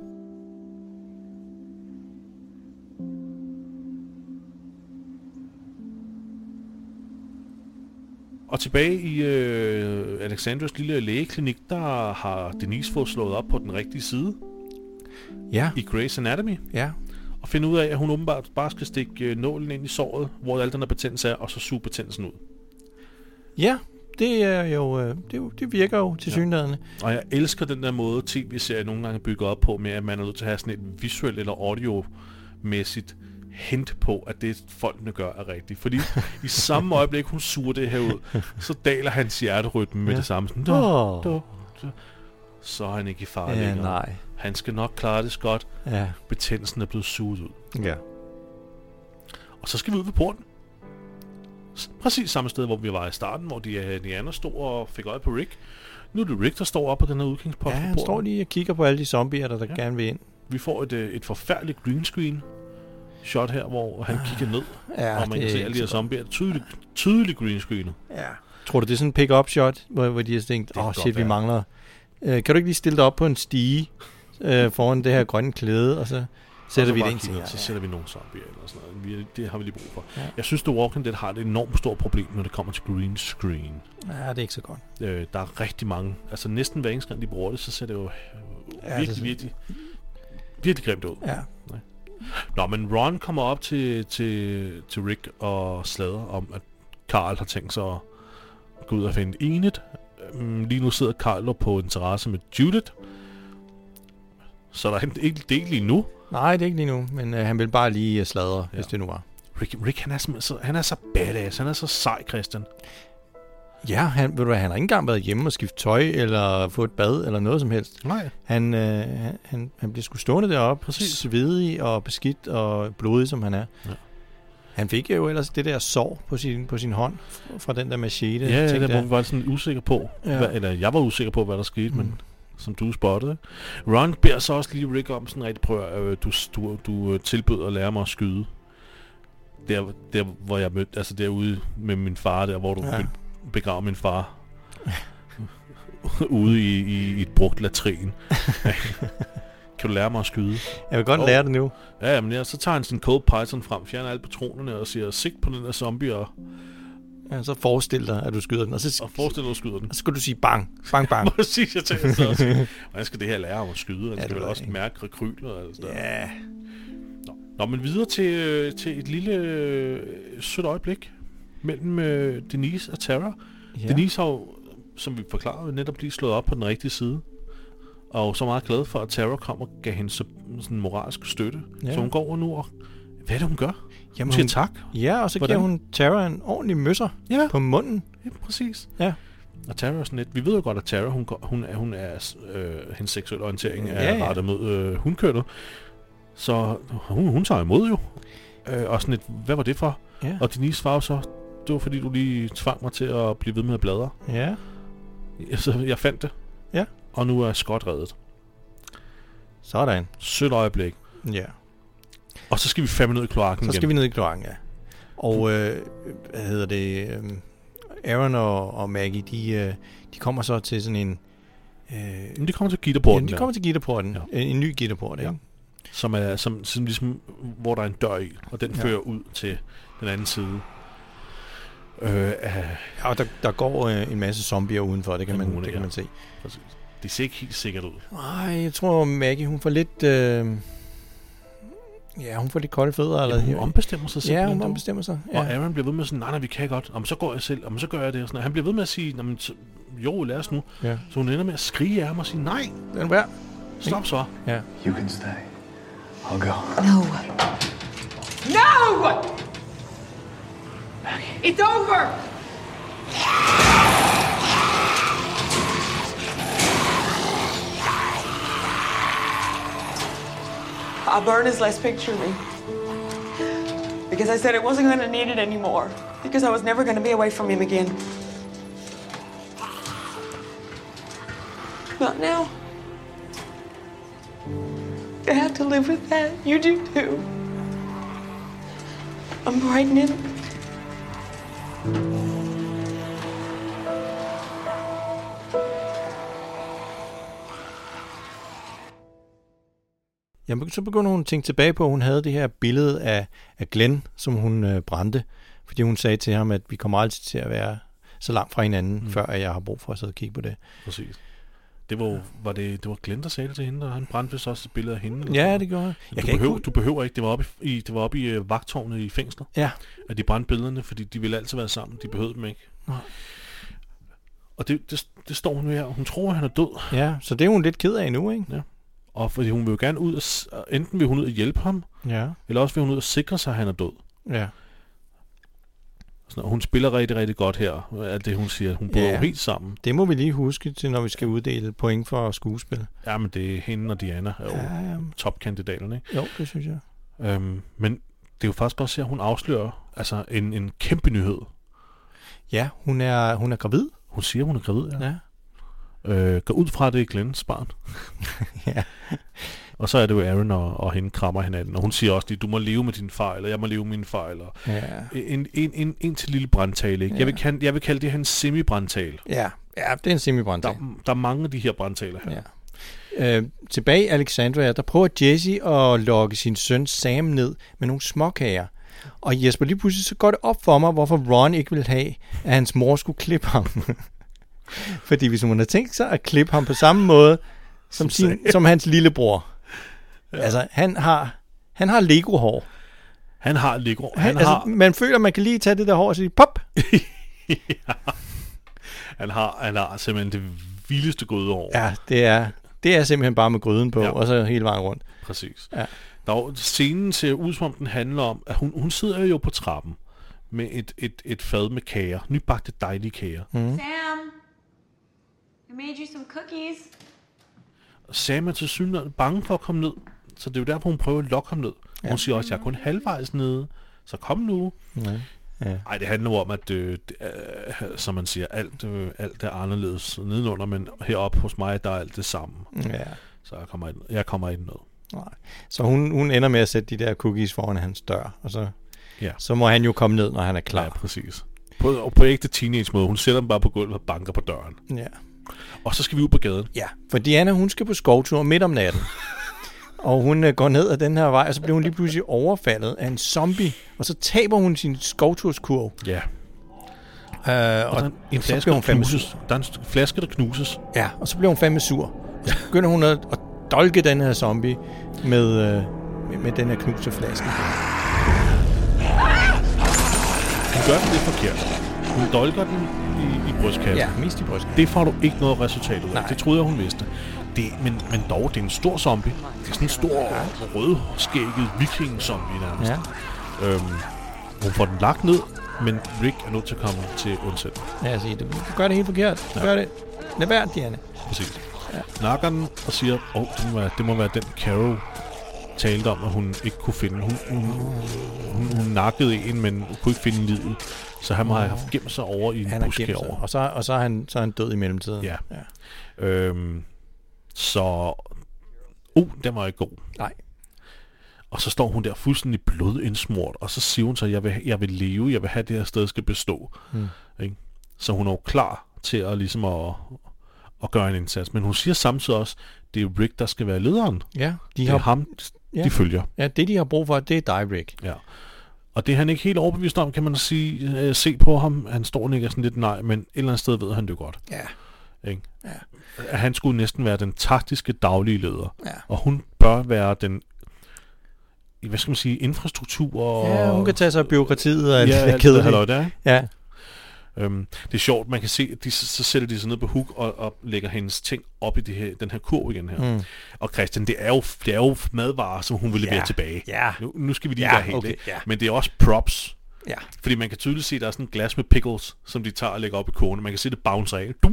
Og tilbage i øh, Alexandras lille lægeklinik, der har Denise fået slået op på den rigtige side. Ja. I Grey's Anatomy. Ja. Og finde ud af, at hun åbenbart bare skal stikke nålen ind i såret, hvor al den der betændelse er, og så suge betændelsen ud. Ja, det er jo, det, det virker jo til synligheden. Ja. Og jeg elsker den der måde, tv-serier nogle gange bygger op på, med at man er nødt til at have sådan et visuelt eller audio-mæssigt hint på, at det folkene gør er rigtigt. Fordi i samme øjeblik, hun suger det her ud, så daler hans hjerterytme med ja. det samme. Sådan, oh. du, du. Så er han ikke i fare ja, længere. Nej. Han skal nok klare det godt. Ja. Betændelsen er blevet suget ud. Ja. Og så skal vi ud ved porten. Præcis samme sted, hvor vi var i starten, hvor de, de andre stod og fik øje på Rick. Nu er det Rick, der står op på den her udkingspost. Ja, han står lige og kigger på alle de zombier, der, der ja. gerne vil ind. Vi får et, et forfærdeligt green screen shot her, hvor han kigger ned, ja, og man kan se alle de her zombier. Tydeligt, tydeligt green screenet. Ja. Tror du, det er sådan en pick-up shot, hvor, hvor de har tænkt, åh oh, shit, vi mangler... Uh, kan du ikke lige stille dig op på en stige uh, foran det her grønne klæde, og så sætter og vi så det ind til? Ja, så sætter vi nogle zombier eller sådan noget. Vi, det har vi lige brug for. Ja. Jeg synes, The Walking Dead har et enormt stort problem, når det kommer til green screen. Ja, det er ikke så godt. Uh, der er rigtig mange. Altså næsten hver eneste gang, de bruger det, så ser det jo ja, virkelig, det virkelig, virkelig grimt ud. Ja. Nej. Nå, men Ron kommer op til, til, til Rick og slader om, at Carl har tænkt sig at gå ud og finde Enid. Lige nu sidder Carl på en terrasse med Judith. Så der er ikke del lige nu. Nej, det er ikke lige nu, men øh, han vil bare lige sladre, ja. hvis det nu var. Rick, Rick han, er så, han er så badass, han er så sej, Christian. Ja, han, ved du hvad, han har ikke engang været hjemme og skifte tøj, eller få et bad, eller noget som helst. Nej. Han, øh, han, han bliver sgu stående deroppe, præcis svedig og beskidt og blodig, som han er. Ja. Han fik jo ellers det der sår på sin, på sin hånd, fra den der machete. Ja, ja, der, hvor vi var sådan usikker på, ja. hvad, eller jeg var usikker på, hvad der skete, mm. men som du spottede. Ron beder så også lige Rick om sådan rigtig, prøv at du, du, du tilbød at lære mig at skyde. Der, der hvor jeg mødte, altså derude med min far, der hvor du ja. begraver min far. ude i, i, i et brugt latrin. Kan du lære mig at skyde? Jeg vil godt oh. lære det nu. Ja, men ja, så tager han sin Colt Python frem, fjerner alle patronerne og siger, sigt på den der zombie, og... Ja, så forestil dig, at du skyder den. Og, så, og forestil dig, at du skyder den. Og så skal du sige bang, bang, bang. Præcis, jeg tænker så også. Hvordan skal det her lære om at skyde? Han ja, skal vel også ikke. mærke rekryler og sådan noget. Ja. Nå. Nå, men videre til, til et lille øh, sødt øjeblik mellem øh, Denise og Tara. Ja. Denise har jo, som vi forklarede, netop lige slået op på den rigtige side. Og så meget glad for, at Tara kom og gav hende så, sådan moralsk støtte. Ja. Så hun går over nu og... Hvad er det, hun gør? Jamen, hun siger hun, tak. Ja, og så Hvordan? giver hun Tara en ordentlig møsser ja. på munden. Ja, præcis. Ja. Og Tara er sådan lidt... Vi ved jo godt, at Tara, hun, hun er, hun er øh, hendes seksuelle orientering er ja, ja. rettet mod øh, hundkønnet. Så hun, hun tager imod jo. Øh, og sådan lidt, hvad var det for? Ja. Og Denise svarer så, det var fordi, du lige tvang mig til at blive ved med at bladre. Ja. Så jeg fandt det. Ja. Og nu er Scott reddet. Sådan. Sødt øjeblik. Ja. Og så skal vi fandme ned i kloakken igen. Så skal igen. vi ned i kloakken, ja. Og, øh, hvad hedder det, øh, Aaron og, og Maggie, de, øh, de kommer så til sådan en... Øh, de kommer til gitterporten. Ja, de kommer til gitterporten. Ja. En, en ny gitterport, ja. Ikke? Som er, som, som ligesom, hvor der er en dør i, og den ja. fører ud til den anden side. Øh, uh, ja, og der, der går øh, en masse zombier udenfor, det kan, man, det kan ja. man se. Præcis. Det ser ikke helt sikkert ud. Nej, jeg tror Maggie, hun får lidt... Øh, Ja, hun får de kolde fødder. Eller hun ombestemmer sig simpelthen. Ja, hun ombestemmer sig. Ja. Og Aaron bliver ved med sådan, nej, nej, vi kan godt. Om så går jeg selv, om så gør jeg det. Og sådan. Han bliver ved med at sige, jo, lad os nu. Ja. Så hun ender med at skrige af ham og sige, nej. Den værd. Stop så. Ja. You can stay. I'll go. No. No! It's over! I'll burn his last picture of me. Because I said I wasn't going to need it anymore. Because I was never going to be away from him again. Not now. I have to live with that. You do too. I'm pregnant. Jamen, så begynder hun at tænke tilbage på, at hun havde det her billede af, af Glenn, som hun øh, brændte. Fordi hun sagde til ham, at vi kommer altid til at være så langt fra hinanden, mm. før at jeg har brug for at sidde og kigge på det. Præcis. Det var, var det, det var Glenn, der sagde det til hende, og han brændte vist også et billede af hende. Ja, det gjorde jeg. Du, jeg behøver, ikke... du behøver ikke. Det var oppe i, det var oppe i uh, vagtårnet i fængslet. Ja. At de brændte billederne, fordi de ville altid være sammen. De behøvede dem ikke. Nej. Og det, det, det står hun her. Hun tror, at han er død. Ja, så det er hun lidt ked af nu, ikke? Ja. Og fordi hun vil jo gerne ud og, enten vil hun ud og hjælpe ham, ja. Eller også vil hun ud og sikre sig, at han er død. Ja. Sådan, hun spiller rigtig, rigtig godt her, alt det hun siger. Hun bryder ja. helt sammen. Det må vi lige huske til, når vi skal uddele point for skuespil. Ja, men det er hende og Diana, er jo ja, ja. topkandidaterne, ikke? Jo, det synes jeg. Øhm, men det er jo faktisk også, at hun afslører altså en, en kæmpe nyhed. Ja, hun er, hun er gravid. Hun siger, hun er gravid, ja. ja. Øh, går ud fra det i Glens barn. ja. Og så er det jo Aaron og, og hende krammer hinanden. Og hun siger også, du må leve med dine fejl, og jeg må leve med mine fejl. Og ja. en, en, en, en til lille brandtale, ikke? Ja. Jeg, vil kalde, jeg vil kalde det her en semi-brandtale. Ja, ja, det er en semi-brandtale. Der, der er mange af de her brandtaler her. Ja. Øh, tilbage i Alexandria, der prøver Jesse at lokke sin søn Sam ned med nogle småkager. Og Jesper, lige pludselig så går det op for mig, hvorfor Ron ikke ville have, at hans mor skulle klippe ham. Fordi hvis hun havde tænkt sig at klippe ham på samme måde, som, sin, som hans lillebror. Ja. Altså, han har, han har Lego-hår. Han har Lego. Han han, har... Altså, man føler, at man kan lige tage det der hår og sige, pop! ja. han, har, han har simpelthen det vildeste grydehår. Ja, det er, det er simpelthen bare med gryden på, ja. Og så hele vejen rundt. Præcis. Ja. Der er, scenen ser ud, som om den handler om, at hun, hun sidder jo på trappen med et, et, et fad med kager. Nybagte dejlige kager. Mm. Sam, I made you some cookies. Sam er til synligheden bange for at komme ned, så det er jo derfor, hun prøver at lokke ham ned. Ja. Hun siger også, jeg er kun halvvejs nede, så kom nu. Ja. Ja. Ej, det handler om, at øh, det, øh, som man siger, alt, øh, alt er anderledes nedenunder, men heroppe hos mig, der er alt det samme. Ja. Så jeg kommer ind, jeg kommer ind ned. Nej. Så hun, hun ender med at sætte de der cookies foran hans dør, og så, ja. så må han jo komme ned, når han er klar. Ja, præcis. På, på ægte teenage-måde. Hun sætter dem bare på gulvet og banker på døren. Ja. Og så skal vi ud på gaden. Ja, for Diana, hun skal på skovtur midt om natten. Og hun uh, går ned ad den her vej, og så bliver hun lige pludselig overfaldet af en zombie. Og så taber hun sin skovturskurv. Ja. Uh, og, og, der en så bliver hun fandme sur. Der er en flaske, der knuses. Ja, og så bliver hun fandme sur. Og så begynder hun at, at dolke den her zombie med, uh, med, med den her knuste flaske. Hun gør det lidt forkert. Hun dolker den i, i brystkassen. Ja, mest i brystkassen. Det får du ikke noget resultat ud af. Nej. Det troede jeg, hun vidste. Det, men, men dog, det er en stor zombie. Det er sådan en stor, ja. rødskægget viking-zombie nærmest. Ja. Øhm, hun får den lagt ned, men Rick er nødt til at komme til undsætning. Ja, jeg siger, du gør det helt forkert. Du ja. gør det. Lad være, Diana. Præcis. Ja. Nakker den og siger, åh, oh, det, må være, det må være den Carol talte om, at hun ikke kunne finde. Hun, hun, hun, hun nakkede en, men kunne ikke finde livet. Så han må have haft gemt sig over i en busk herovre. Og, så, og så, er han, så er han død i mellemtiden. Ja. ja. Øhm, så... Uh, den var ikke god. Nej. Og så står hun der fuldstændig blodindsmurt, og så siger hun så, jeg vil, jeg vil leve, jeg vil have det her sted skal bestå. Hmm. Ikke? Så hun er jo klar til at, ligesom at, at gøre en indsats. Men hun siger samtidig også, det er Rick, der skal være lederen. Ja, de det har... er ham, ja. de følger. Ja, det de har brug for, det er dig, Rick. Ja. Og det er han ikke helt overbevist om, kan man sige, øh, se på ham. Han står ikke sådan lidt nej, men et eller andet sted ved han det godt. Ja. Ikke? Ja. Han skulle næsten være den taktiske daglige leder. Ja. Og hun bør være den hvad skal man sige, infrastruktur. Og, ja, hun kan tage sig af byråkratiet og alt ja, det kedelige. Halløj, der, ja. Øhm, det er sjovt, man kan se, at de, så sætter de sig ned på hook og, og lægger hendes ting op i det her, den her kurv igen her. Mm. Og Christian, det er jo, det er jo madvarer, som hun vil levere ja. tilbage. Ja. Nu, nu skal vi lige ja, være helt okay, det. ja. Men det er også props. Ja. Fordi man kan tydeligt se, at der er sådan en glas med pickles, som de tager og lægger op i kurven. Man kan se det bounce af. Du.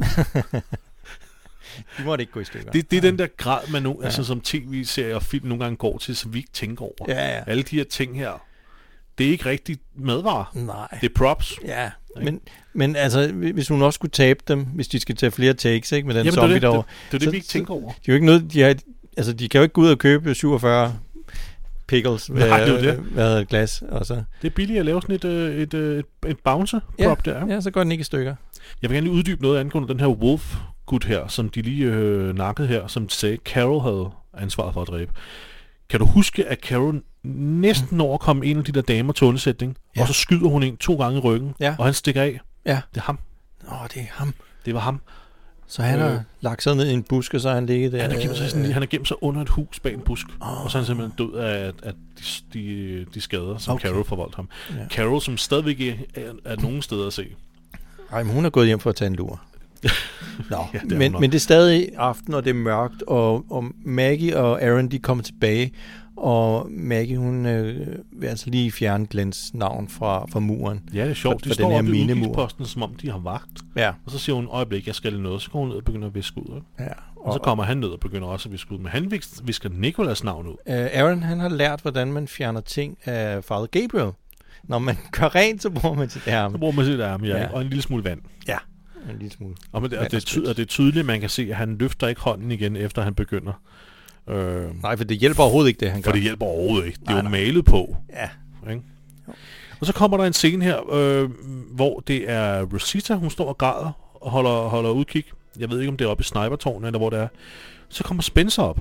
De måtte ikke gå i stykker. Det, det er ja. den der grad, man nu, ja. altså, som tv-serier og film nogle gange går til, som vi ikke tænker over. Ja, ja. Alle de her ting her, det er ikke rigtig madvarer. Nej. Det er props. Ja, men, men altså, hvis hun også skulle tabe dem, hvis de skal tage flere takes, ikke, med den Jamen, zombie det, derovre. Det, det, det er det, vi ikke tænker over. De er jo ikke noget, de, har, altså, de kan jo ikke gå ud og købe syvogfyrre pickles med Nej, det er det. Hvad et glas. Og så. Det er billigt at lave sådan et, et, et, et bounce-prop ja, der. Ja, så går den ikke i stykker. Jeg vil gerne lige uddybe noget angående den her Wolf-gut her, som de lige øh, nakkede her, som de sagde, Carol havde ansvaret for at dræbe. Kan du huske, at Carol næsten når at komme en af de der damer til undsætning, ja. og så skyder hun en to gange i ryggen, ja. og han stikker af? Ja. Det er ham. Åh, det er ham. Det var ham. Så han øh, har lagt sig ned i en busk, og så har han ligget der. Han har gemt sig, sådan, øh, han har gemt sig under et hus bag en busk, oh. og så er han simpelthen død af, af de, de, de skader, som okay. Carol forvoldt ham. Ja. Carol, som stadigvæk er, er nogen steder at se. Ej, men hun er gået hjem for at tage en lur. Nå, ja, det men, men det er stadig aften, og det er mørkt, og, og Maggie og Aaron, de kommer tilbage, og Maggie, hun øh, vil altså lige fjerne Glens navn fra, fra muren. Ja, det er sjovt. For, de for står den her oppe i udkigsposten, som om de har vagt. Ja. Og så siger hun, øjeblik, jeg skal lige noget. Så går hun ned og begynder at viske ud. Ikke? Ja. Og, og så kommer han ned og begynder også at viske ud. Men han visker Nicolas navn ud. Uh, Aaron, han har lært, hvordan man fjerner ting af Father Gabriel. Når man gør rent, så bruger man sit ærme. Så bruger man sit ærme, ja. ja. Og en lille smule vand. Ja, en lille smule. Og, men det, og, det, er ty- og det er tydeligt, man kan se, at han løfter ikke hånden igen, efter han begynder. Øh, nej, for det hjælper overhovedet ikke, det han for gør. For det hjælper overhovedet ikke. Det er nej, jo nej. malet på. Ja. Ikke? Og så kommer der en scene her, øh, hvor det er Rosita, hun står og græder og holder, holder udkig. Jeg ved ikke, om det er oppe i snipertårnet, eller hvor det er. Så kommer Spencer op.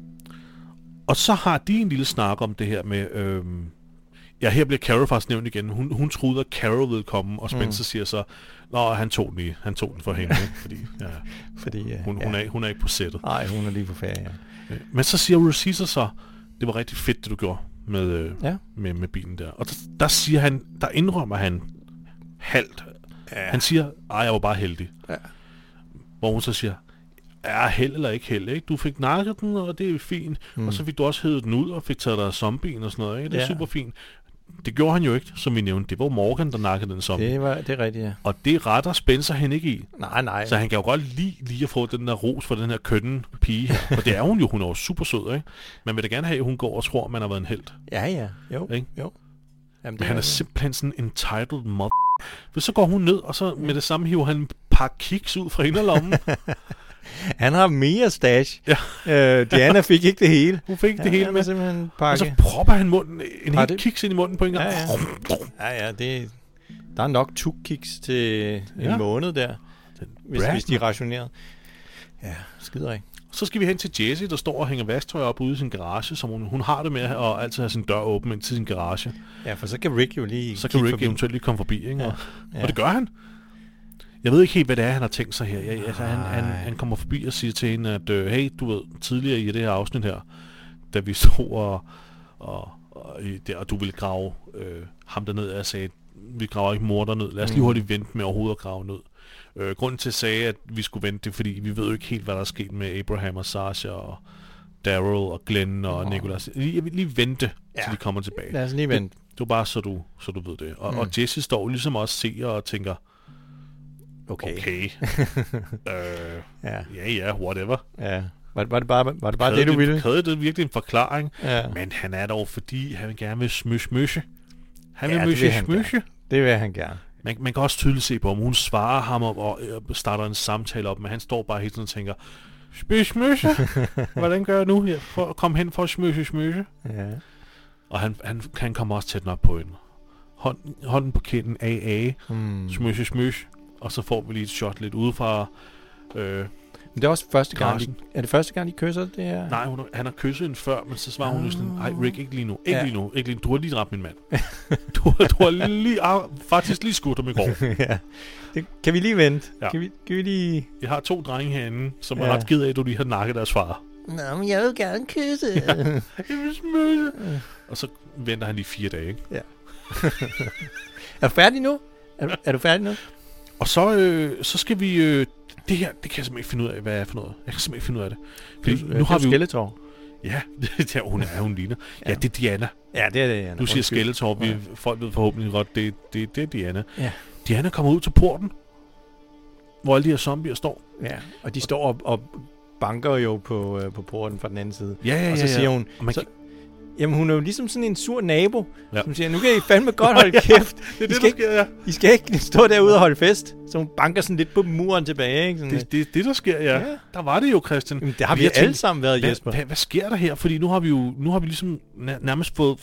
Og så har de en lille snak om det her med... Øh, ja, her bliver Carol faktisk nævnt igen. Hun, hun troede, at Carol ville komme, og Spencer mm. siger så, nå, han tog den, i, han tog den for hende, fordi, ja, fordi ja, hun, ja. hun, er, hun er ikke på sættet. Nej, hun er lige på ferie, ja. Men så siger Rosita så, det var rigtig fedt, det du gjorde med, øh, ja. med, med bilen der. Og der, der siger han, der indrømmer han halvt. Ja. Han siger, ej, jeg var bare heldig. Ja. Hvor hun så siger, ja, held eller ikke held, ikke? Du fik nakket den, og det er fint. Mm. Og så fik du også hævet den ud, og fik taget dig af zombien og sådan noget, ikke? Det er ja. super fint. Det gjorde han jo ikke, som vi nævnte. Det var Morgan, der nakkede den zombie. Det, var, det er rigtigt, ja. Og det retter Spencer hen ikke i. Nej, nej. Så han kan jo godt lide, lige at få den der ros for den her kønne pige her. For det er hun jo, hun er jo super sød, ikke? Man vil da gerne have, at hun går og tror, at man har været en helt. Ja, ja. Jo, ikke? jo. Jamen, det Men han er, er simpelthen sådan en entitled mother. For så går hun ned, og så med det samme hiver han en par kiks ud fra inderlommen. Han har mere stash. Ja. Øh, Diana fik ikke det hele. Hun fik ja, det hele med. Simpelthen og så propper han munden, en helt det... kiks ind i munden på en gang. Ja, ja. ja, ja det, der er nok to kiks til en ja. måned der, hvis, hvis de er rationeret. Ja, skider ikke. Så skal vi hen til Jessie, der står og hænger vasktøj op ude i sin garage, som hun, hun har det med at altid have sin dør åben ind til sin garage. Ja, for så kan Rick jo lige Så kan Rick forbi. eventuelt lige komme forbi, ikke? Ja. Og, ja. og det gør han. Jeg ved ikke helt, hvad det er, han har tænkt sig her. Jeg, altså, han, han, han kommer forbi og siger til hende, at øh, hey, du ved, tidligere i det her afsnit her, da vi stod og, og, og, der, og du ville grave øh, ham derned, og jeg sagde, vi graver ikke mor derned. Lad os lige hurtigt vente med overhovedet at grave ned. Øh, grunden til at sige, at vi skulle vente, det fordi vi ved jo ikke helt, hvad der er sket med Abraham og Sasha og Daryl og Glenn og oh. Nicholas. Jeg vil lige vente, ja. til de kommer tilbage. Lad os lige vente. Det, det var bare, så du, så du ved det. Og, mm. og Jessie står ligesom også ser og tænker, okay. okay. øh, ja. ja, ja, whatever. Ja. Var det, var det bare, var det, bare det, du det, ville? Krævede det virkelig en forklaring? Ja. Men han er dog, fordi han gerne vil smøsmøsje. Han vil ja, møsje smøsje. Det vil han gerne. Man, man kan også tydeligt se på, om hun svarer ham op og øh, starter en samtale op, men han står bare hele tiden og tænker, smøsmøsje? Hvordan gør jeg nu her? For at komme hen for at smøsje smøsje? Ja. Og han, han, han kommer også tæt nok på hende. Hånd, hånden på kinden, A A, hmm. smøsje smøsje. Og så får vi lige et shot lidt udefra. Øh, men det er også første gang, de, er det første gang, de kysser det her? Nej, hun, han har kysset hende før, men så svarer ah. hun jo sådan, ej Rick, ikke lige nu, ikke ja. lige nu, ikke lige nu. Du har lige dræbt min mand. du, du har lige, ah, faktisk lige skudt ham i går. ja. Det, kan vi lige vente? Ja. Kan, vi, kan vi lige... Jeg har to drenge herinde, som ja. er ret ked af, at du lige har nakket deres far. Nå, men jeg vil gerne kysse. Jeg vil smøge. Og så venter han lige fire dage, ikke? Ja. Er du færdig nu? Er du, er du færdig nu? Og så, øh, så skal vi... Øh, det her, det kan jeg simpelthen ikke finde ud af, hvad er for noget. Jeg kan simpelthen ikke finde ud af det. Fordi du, nu har vi Skeletor. Ja, det er hun, er, hun ligner. Ja, det er Diana. Ja, det er det, Diana. Du siger Skeletor, vi, ja. Folk ved forhåbentlig godt, det, det, det er Diana. Ja. Diana kommer ud til porten, hvor alle de her zombier står. Ja, og de står og, og banker jo på, øh, på porten fra den anden side. Ja, ja, ja. Og så siger ja. hun... Man så, kan... Jamen, hun er jo ligesom sådan en sur nabo, ja. som siger, nu kan I fandme godt holde kæft. det er det, I, skal der ikke, sker, ja. I skal ikke stå derude og holde fest. Så hun banker sådan lidt på muren tilbage, ikke? Sådan det er det, det, der sker, ja. ja. Der var det jo, Christian. Jamen, det har vi, vi alle sammen været, hvad, Jesper. Hvad, hvad sker der her? Fordi nu har vi jo nu har vi ligesom nærmest fået,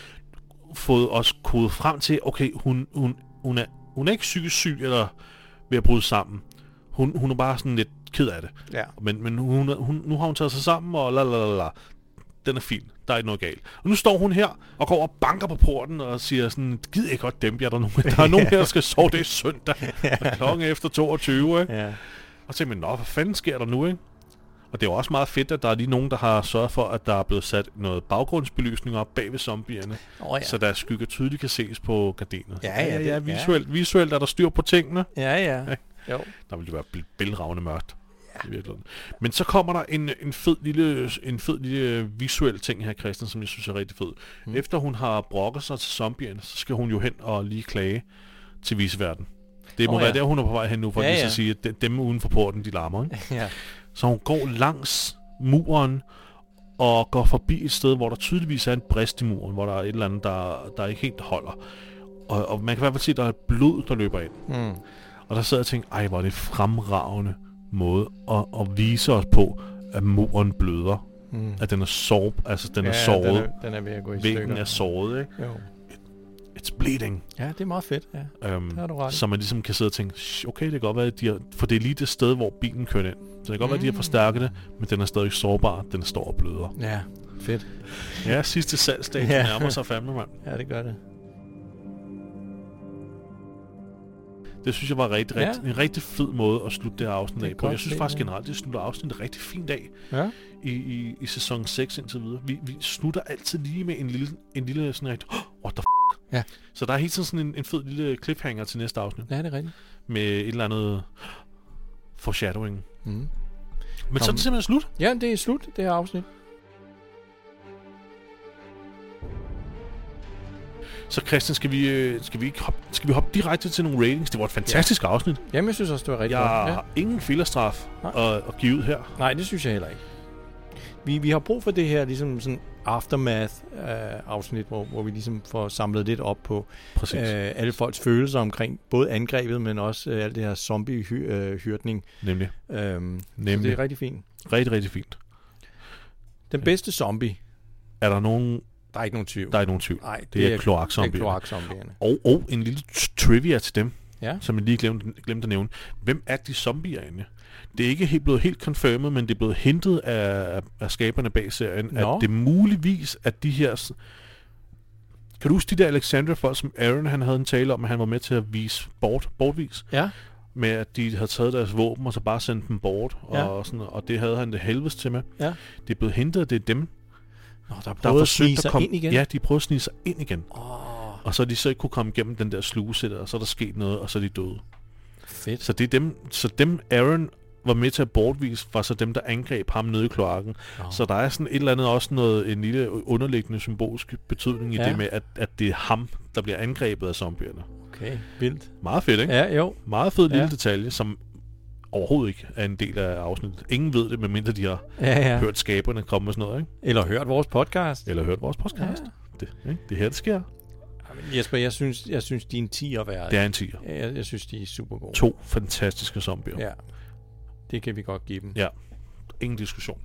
fået os kodet frem til, okay, hun, hun, hun, er, hun er ikke psykisk syg eller ved at bryde sammen. Hun, hun er bare sådan lidt ked af det. Ja. Men, men hun, hun, nu har hun taget sig sammen, og la la la la. Den er fin. Der er ikke noget galt. Og nu står hun her og går og banker på porten og siger sådan, gid ikke godt dæmpe jer, der er nogen, der, er nogen her, der skal sove, det er søndag. Og klokken efter toogtyve, ikke? Ja. Og så tænker man, nå, hvad fanden sker der nu, ikke? Og det er jo også meget fedt, at der er lige nogen, der har sørget for, at der er blevet sat noget baggrundsbelysning op bag ved zombierne, oh, ja. så der skygge tydeligt kan ses på gardinet. Ja, ja, ja, ja, visuelt, ja. Visuelt er der styr på tingene. Ja, ja. Jo. Der vil det være bælragende mørkt. I virkeligheden. Men så kommer der en, en, fed lille, en fed lille visuel ting her, Christian, som jeg synes er rigtig fed. Mm. Efter hun har brokket sig til zombierne, så skal hun jo hen og lige klage til viseverden. Det må oh, være ja. Der, hun er på vej hen nu, for ja, lige ja. At sige, at dem uden for porten, de larmer. Ikke? Ja. Så hun går langs muren og går forbi et sted, hvor der tydeligvis er en brist i muren, hvor der er et eller andet, der, der ikke helt holder. Og, og man kan i hvert fald se, at der er et blod, der løber ind. Mm. Og der sidder jeg og tænker, ej, hvor er det fremragende måde at, at vise os på, at muren bløder. Mm. At den er sår, altså den ja, er såret. Den er, den er ved at gå i stykker. Væggen er såret, ikke? Jo. It's bleeding. Ja, det er meget fedt, ja. Øhm, det har du ret. Så man ligesom kan sidde og tænke, okay, det kan godt være, at de har, for det er lige det sted, hvor bilen kører ind. Så det kan godt mm. være, at de har forstærket det, men den er stadig sårbar. Den står og bløder. Ja, fedt. Ja, sidste salgsdag ja. nærmer sig fandme, mand. Ja, det gør det. Det synes jeg var rigtig, ja. rigtig, en rigtig fed måde at slutte det her afsnit af på. Jeg synes det, faktisk ja. generelt, det slutter afsnittet rigtig fint af ja. i, i, i sæson seks indtil videre. Vi, vi slutter altid lige med en lille, en lille sådan rigtig, oh, what the f***. Ja. Så der er helt sådan en, en fed lille cliffhanger til næste afsnit. Ja, det er rigtigt. Med et eller andet foreshadowing. Mm. Men Kom. Så er det simpelthen slut. Ja, det er slut, det her afsnit. Så Christian, skal vi, øh, skal, vi ikke hoppe, skal vi hoppe direkte til nogle ratings? Det var et fantastisk ja. afsnit. Jamen, jeg synes også, det var rigtig jeg godt. Jeg ja. har ingen fillerstraf at, at give ud her. Nej, det synes jeg heller ikke. Vi, vi har brug for det her ligesom sådan aftermath-afsnit, øh, hvor, hvor vi ligesom får samlet lidt op på øh, alle folks følelser omkring både angrebet, men også øh, alt det her zombie-hyrdning. Nemlig. Øhm, Nemlig. Så det er rigtig fint. Rigtig, rigtig fint. Den bedste zombie. Er der nogen... Der er ikke nogen tvivl. Der er ikke nogen tvivl. Nej, det, det er, er kloakzombierne. kloakzombierne. Og, og en lille trivia til dem, ja. som jeg lige glemte, glemte at nævne. Hvem er de zombier egentlig? Det er ikke helt blevet helt confirmed, men det er blevet hintet af, af skaberne bag serien, Nå. at det muligvis at de her... Kan du huske de der Alexandria-folk, som Aaron han havde en tale om, at han var med til at vise bort, bortvis? Ja. Med at de havde taget deres våben, og så bare sendt dem bort, ja. og, sådan, og det havde han det helvedes til med. Ja. Det er blevet hintet, at det er dem, Nå, der, der at snige sig kom, ind igen? Ja, de prøvede at snige sig ind igen. Oh. Og så de så ikke kunne komme igennem den der sluse der, og så er der sket noget, og så er de døde. Fedt. Så det er dem, så dem Aaron var med til at bortvise, var så dem, der angreb ham nede i kloakken. Oh. Så der er sådan et eller andet, også noget, en lille underliggende symbolsk betydning i ja. det med, at, at det er ham, der bliver angrebet af zombierne. Okay, vildt. Meget fedt, ikke? Ja, jo. Meget fed lille ja. detalje, som overhovedet ikke er en del af afsnittet. Ingen ved det, medmindre de har ja, ja. hørt skaberne komme med sådan noget, ikke? Eller hørt vores podcast. Eller hørt vores podcast. Ja. Det, ikke? Det er her, det sker. Jesper, jeg synes, jeg synes de er en tier værd. Det er en tier. Jeg, jeg synes, de er super gode. To fantastiske zombier. Ja, det kan vi godt give dem. Ja, ingen diskussion.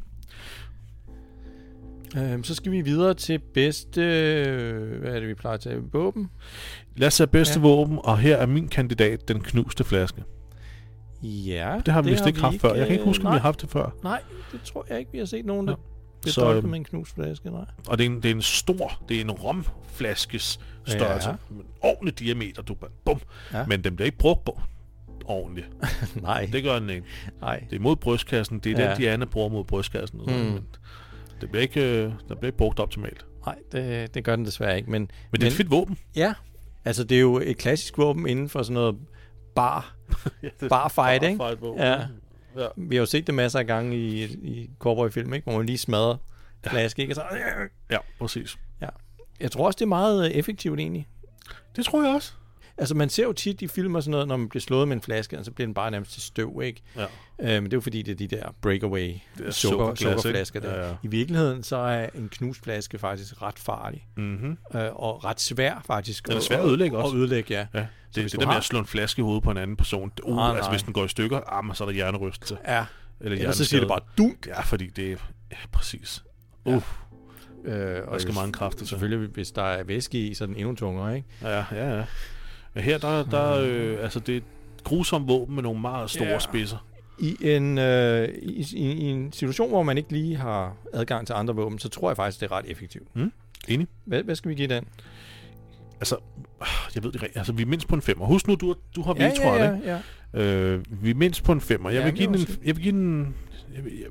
Øhm, så skal vi videre til bedste... Hvad er det, vi plejer at tage? Våben? Lad os tage bedste ja. våben, og her er min kandidat, den knuste flaske. Ja, det har vi vist ikke haft ikke, før. Jeg kan ikke huske, nej, om vi har haft det før. Nej, det tror jeg ikke, vi har set nogen, der bliver så, dolket med en knust flaske. Nej. Og det er, en, det er en stor, det er en romflaskes størrelse. Ja. Med ordentlig diameter, du bum. Ja. Men den bliver ikke brugt på. ordentligt. Nej. Det gør den ikke. Nej. Det er mod brystkassen. Det er ja. den, Diana bruger mod brystkassen. Og sådan, mm. men det bliver ikke, der bliver ikke brugt optimalt. Nej, det, det gør den desværre ikke. Men, men, men det er et fedt våben. Ja. Altså, det er jo et klassisk våben inden for sådan noget bar, ja, bar fight, ikke? Fight ja. ja. Vi har jo set det masser af gange i, i cowboy-film, ikke? Hvor man lige smadrer ja. flaske, ikke? Og så, ja, præcis. Ja. Jeg tror også, det er meget effektivt, egentlig. Det tror jeg også. Altså, man ser jo tit i film og sådan noget, når man bliver slået med en flaske, så bliver den bare nærmest til støv, ikke? Ja. Øh, men det er jo fordi, det er de der breakaway sukker, sukkerflasker der. Ja, ja. I virkeligheden, så er en knust flaske faktisk ret farlig. Mm-hmm. Øh, og ret svær, faktisk. Den er svær at ødelægge også. At ødelægge, ja. ja. Det, det, det der har... med at slå en flaske i hovedet på en anden person. Uh, ah, altså, hvis den går i stykker, ah, så er der hjernerystelse. Ja. Eller Ellers så siger det bare dunk. Ja, fordi det er... Ja, præcis. Uh. Ja. Øh, og der skal mange kræfter til. Selvfølgelig, hvis der er væske i, så er den endnu tungere, ikke? Ja, ja, ja. Men her, der, der øh, altså, det er et grusomt våben med nogle meget store ja. spidser. I en, øh, i, i, I en situation, hvor man ikke lige har adgang til andre våben, så tror jeg faktisk, det er ret effektivt. Mm, enig. Hvad, hvad skal vi give den? Altså, jeg ved det ikke. Altså, vi er mindst på en femmer. Husk nu, du, du har ja, vetoret, ja, ja, ikke? Ja. Øh, vi er mindst på en femmer. Jeg, ja, vil, give den en, jeg vil give den... Jeg vil, jeg,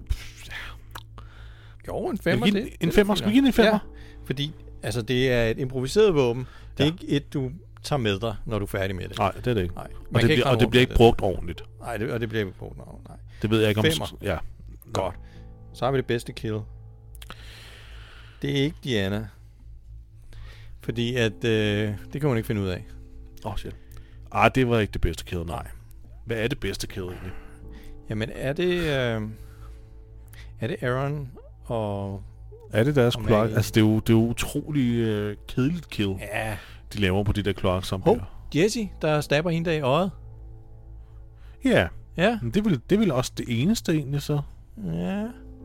jo, en femmer. Jeg vil give den, en femmer. Skal vi give den en femmer? Ja, fordi altså, det er et improviseret våben. Det er ja. ikke et, du tager med dig, når du er færdig med det. Nej, det er det ikke. Nej. Og det, bliver, og det bliver ikke brugt ordentligt. Nej, det, og det bliver ikke brugt ordentligt. Nej. Det ved jeg ikke om... Femmer. Ja. Godt. Så har vi det bedste kill. Det er ikke Diana. Fordi at... Øh, det kan hun ikke finde ud af. Åh, oh, shit. Ah, det var ikke det bedste kill, nej. Hvad er det bedste kill egentlig? Jamen, er det... Øh, er det Aaron og... Er det deres kloak? Altså, det er jo, det er jo utrolig øh, kedeligt kill. Ja. De laver på de der kloak sammen. Hov, Jesse, der stabber hende der i øjet. Ja. Ja. Men det vil, det vil også det eneste egentlig, så. Ja. Der,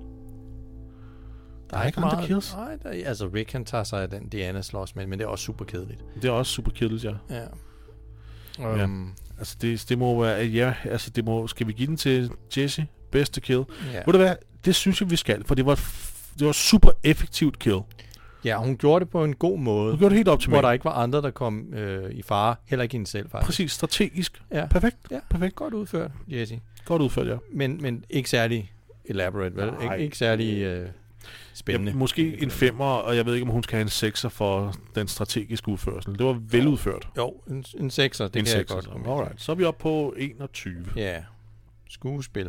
der er, er ikke andre meget, kills. Nej, der, altså Rick han tager sig af den Diana slås med, men det er også super kedeligt. Det er også super kedeligt, ja. Ja. Um, ja. Altså, det, det må være... Ja, altså, det må... Skal vi give den til Jesse? Bedste kill? Ja. Ved du hvad? Det synes jeg, vi skal, for det var... Det var super effektivt kill. Ja, hun gjorde det på en god måde. Hun gjorde det helt optimalt. Hvor der ikke var andre, der kom øh, i fare. Heller ikke hende selv, faktisk. Præcis, strategisk. Ja. Perfekt. Ja. Perfekt. Godt udført, Jesse. Godt udført, ja. Men, men ikke særlig elaborate, vel? Ik- ikke særlig øh, spændende. Ja, måske en femmer, og jeg ved ikke, om hun skal have en sekser for den strategiske udførsel. Det var veludført. Jo, en, en sekser, det en kan sekser, jeg godt komme. Alright, så er vi oppe på enogtyve. Ja, skuespil.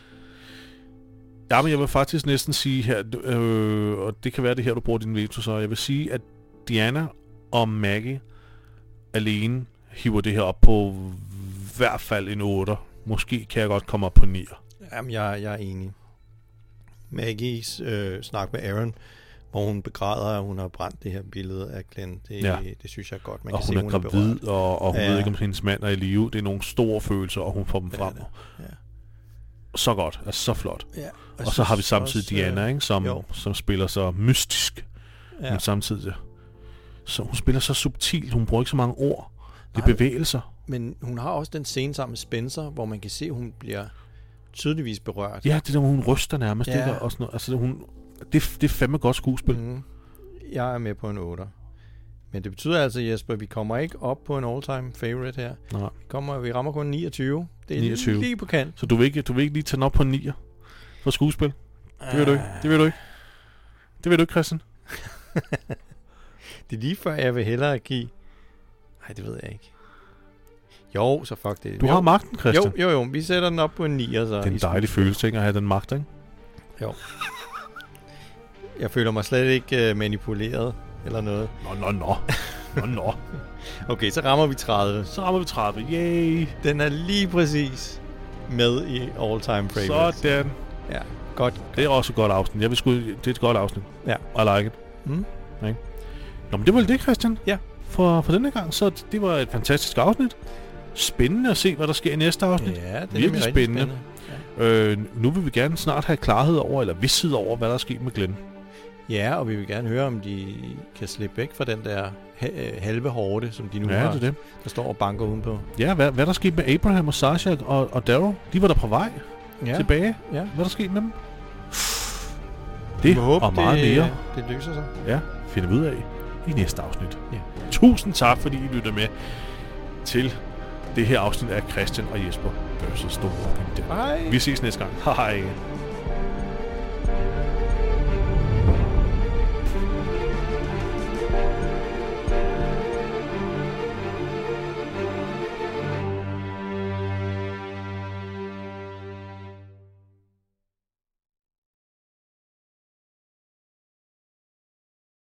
Ja, men jeg vil faktisk næsten sige her, øh, og det kan være det her, du bruger din veto, så jeg vil sige, at Diana og Maggie alene hiver det her op på i hvert fald en otter. Måske kan jeg godt komme op på nier. Jamen, jeg, jeg er enig. Maggies øh, snak med Aaron, hvor hun begræder, at hun har brændt det her billede af Glenn, det, ja. det, det synes jeg godt, man og kan hun se, er hun gravid, er og, og hun ja. ved ikke, om hendes mand er i live. Det er nogle store følelser, og hun får dem frem. Ja. Så godt, altså så flot. Ja, og, og så har vi samtidig også, Diana, ikke, som, som spiller så mystisk, ja. men samtidig så hun spiller så subtilt, hun bruger ikke så mange ord. Det er Nej, bevægelser. Men hun har også den scene sammen med Spencer, hvor man kan se, at hun bliver tydeligvis berørt. Ja, det der, hvor hun ryster nærmest. Ja. Det, også noget, altså, hun, det, det er fandme godt skuespil. Mm. Jeg er med på en otter. Men det betyder altså, Jesper, vi kommer ikke op på en all-time favorite her. Nej. Vi, kommer, vi rammer kun niogtyve. Det er niogtyve. Lige på kant. Så du vil ikke, du vil ikke lige tage den op på en nier for skuespil? Det vil du ikke. Det vil du ikke. Det vil du ikke, Christian. Det er lige før, jeg vil hellere give... Nej, det ved jeg ikke. Jo, så fuck det. Du jo. har magten, Christian. Jo, jo, jo. Vi sætter den op på en nier. Så det er en dejlig følelse, ikke, at have den magt, ikke? Jo. Jeg føler mig slet ikke uh, manipuleret eller noget. Nå, nå, nå. Nå, nå. Okay, så rammer vi tredive. Så rammer vi tredive. Yay. Den er lige præcis med i all-time favorites. Sådan. Ja, godt. Det er også et godt afsnit. Jeg vil sgu, det er et godt afsnit. Ja. I like it. Mm. Okay. Nå, men det var det, Christian. Ja. For, for denne gang, så det var et fantastisk afsnit. Spændende at se, hvad der sker i næste afsnit. Ja, det er virkelig spændende. spændende. Ja. Øh, nu vil vi gerne snart have klarhed over, eller vidsthed over, hvad der er sket med Glenn. Ja, og vi vil gerne høre, om de kan slippe væk fra den der halve hårde, som de nu ja, har, det det. der står og banker udenpå. Ja, hvad, hvad der skete med Abraham og Sasha og, og Daryl? De var der på vej ja. tilbage. Ja. Hvad der skete med dem? Det håbe, og meget det, mere. Det løser sig. Ja, finder vi ud af i næste afsnit. Ja. Tusind tak, fordi I lytter med til det her afsnit af Christian og Jesper versus. The Walking Dead. Hej. Vi ses næste gang. Hej.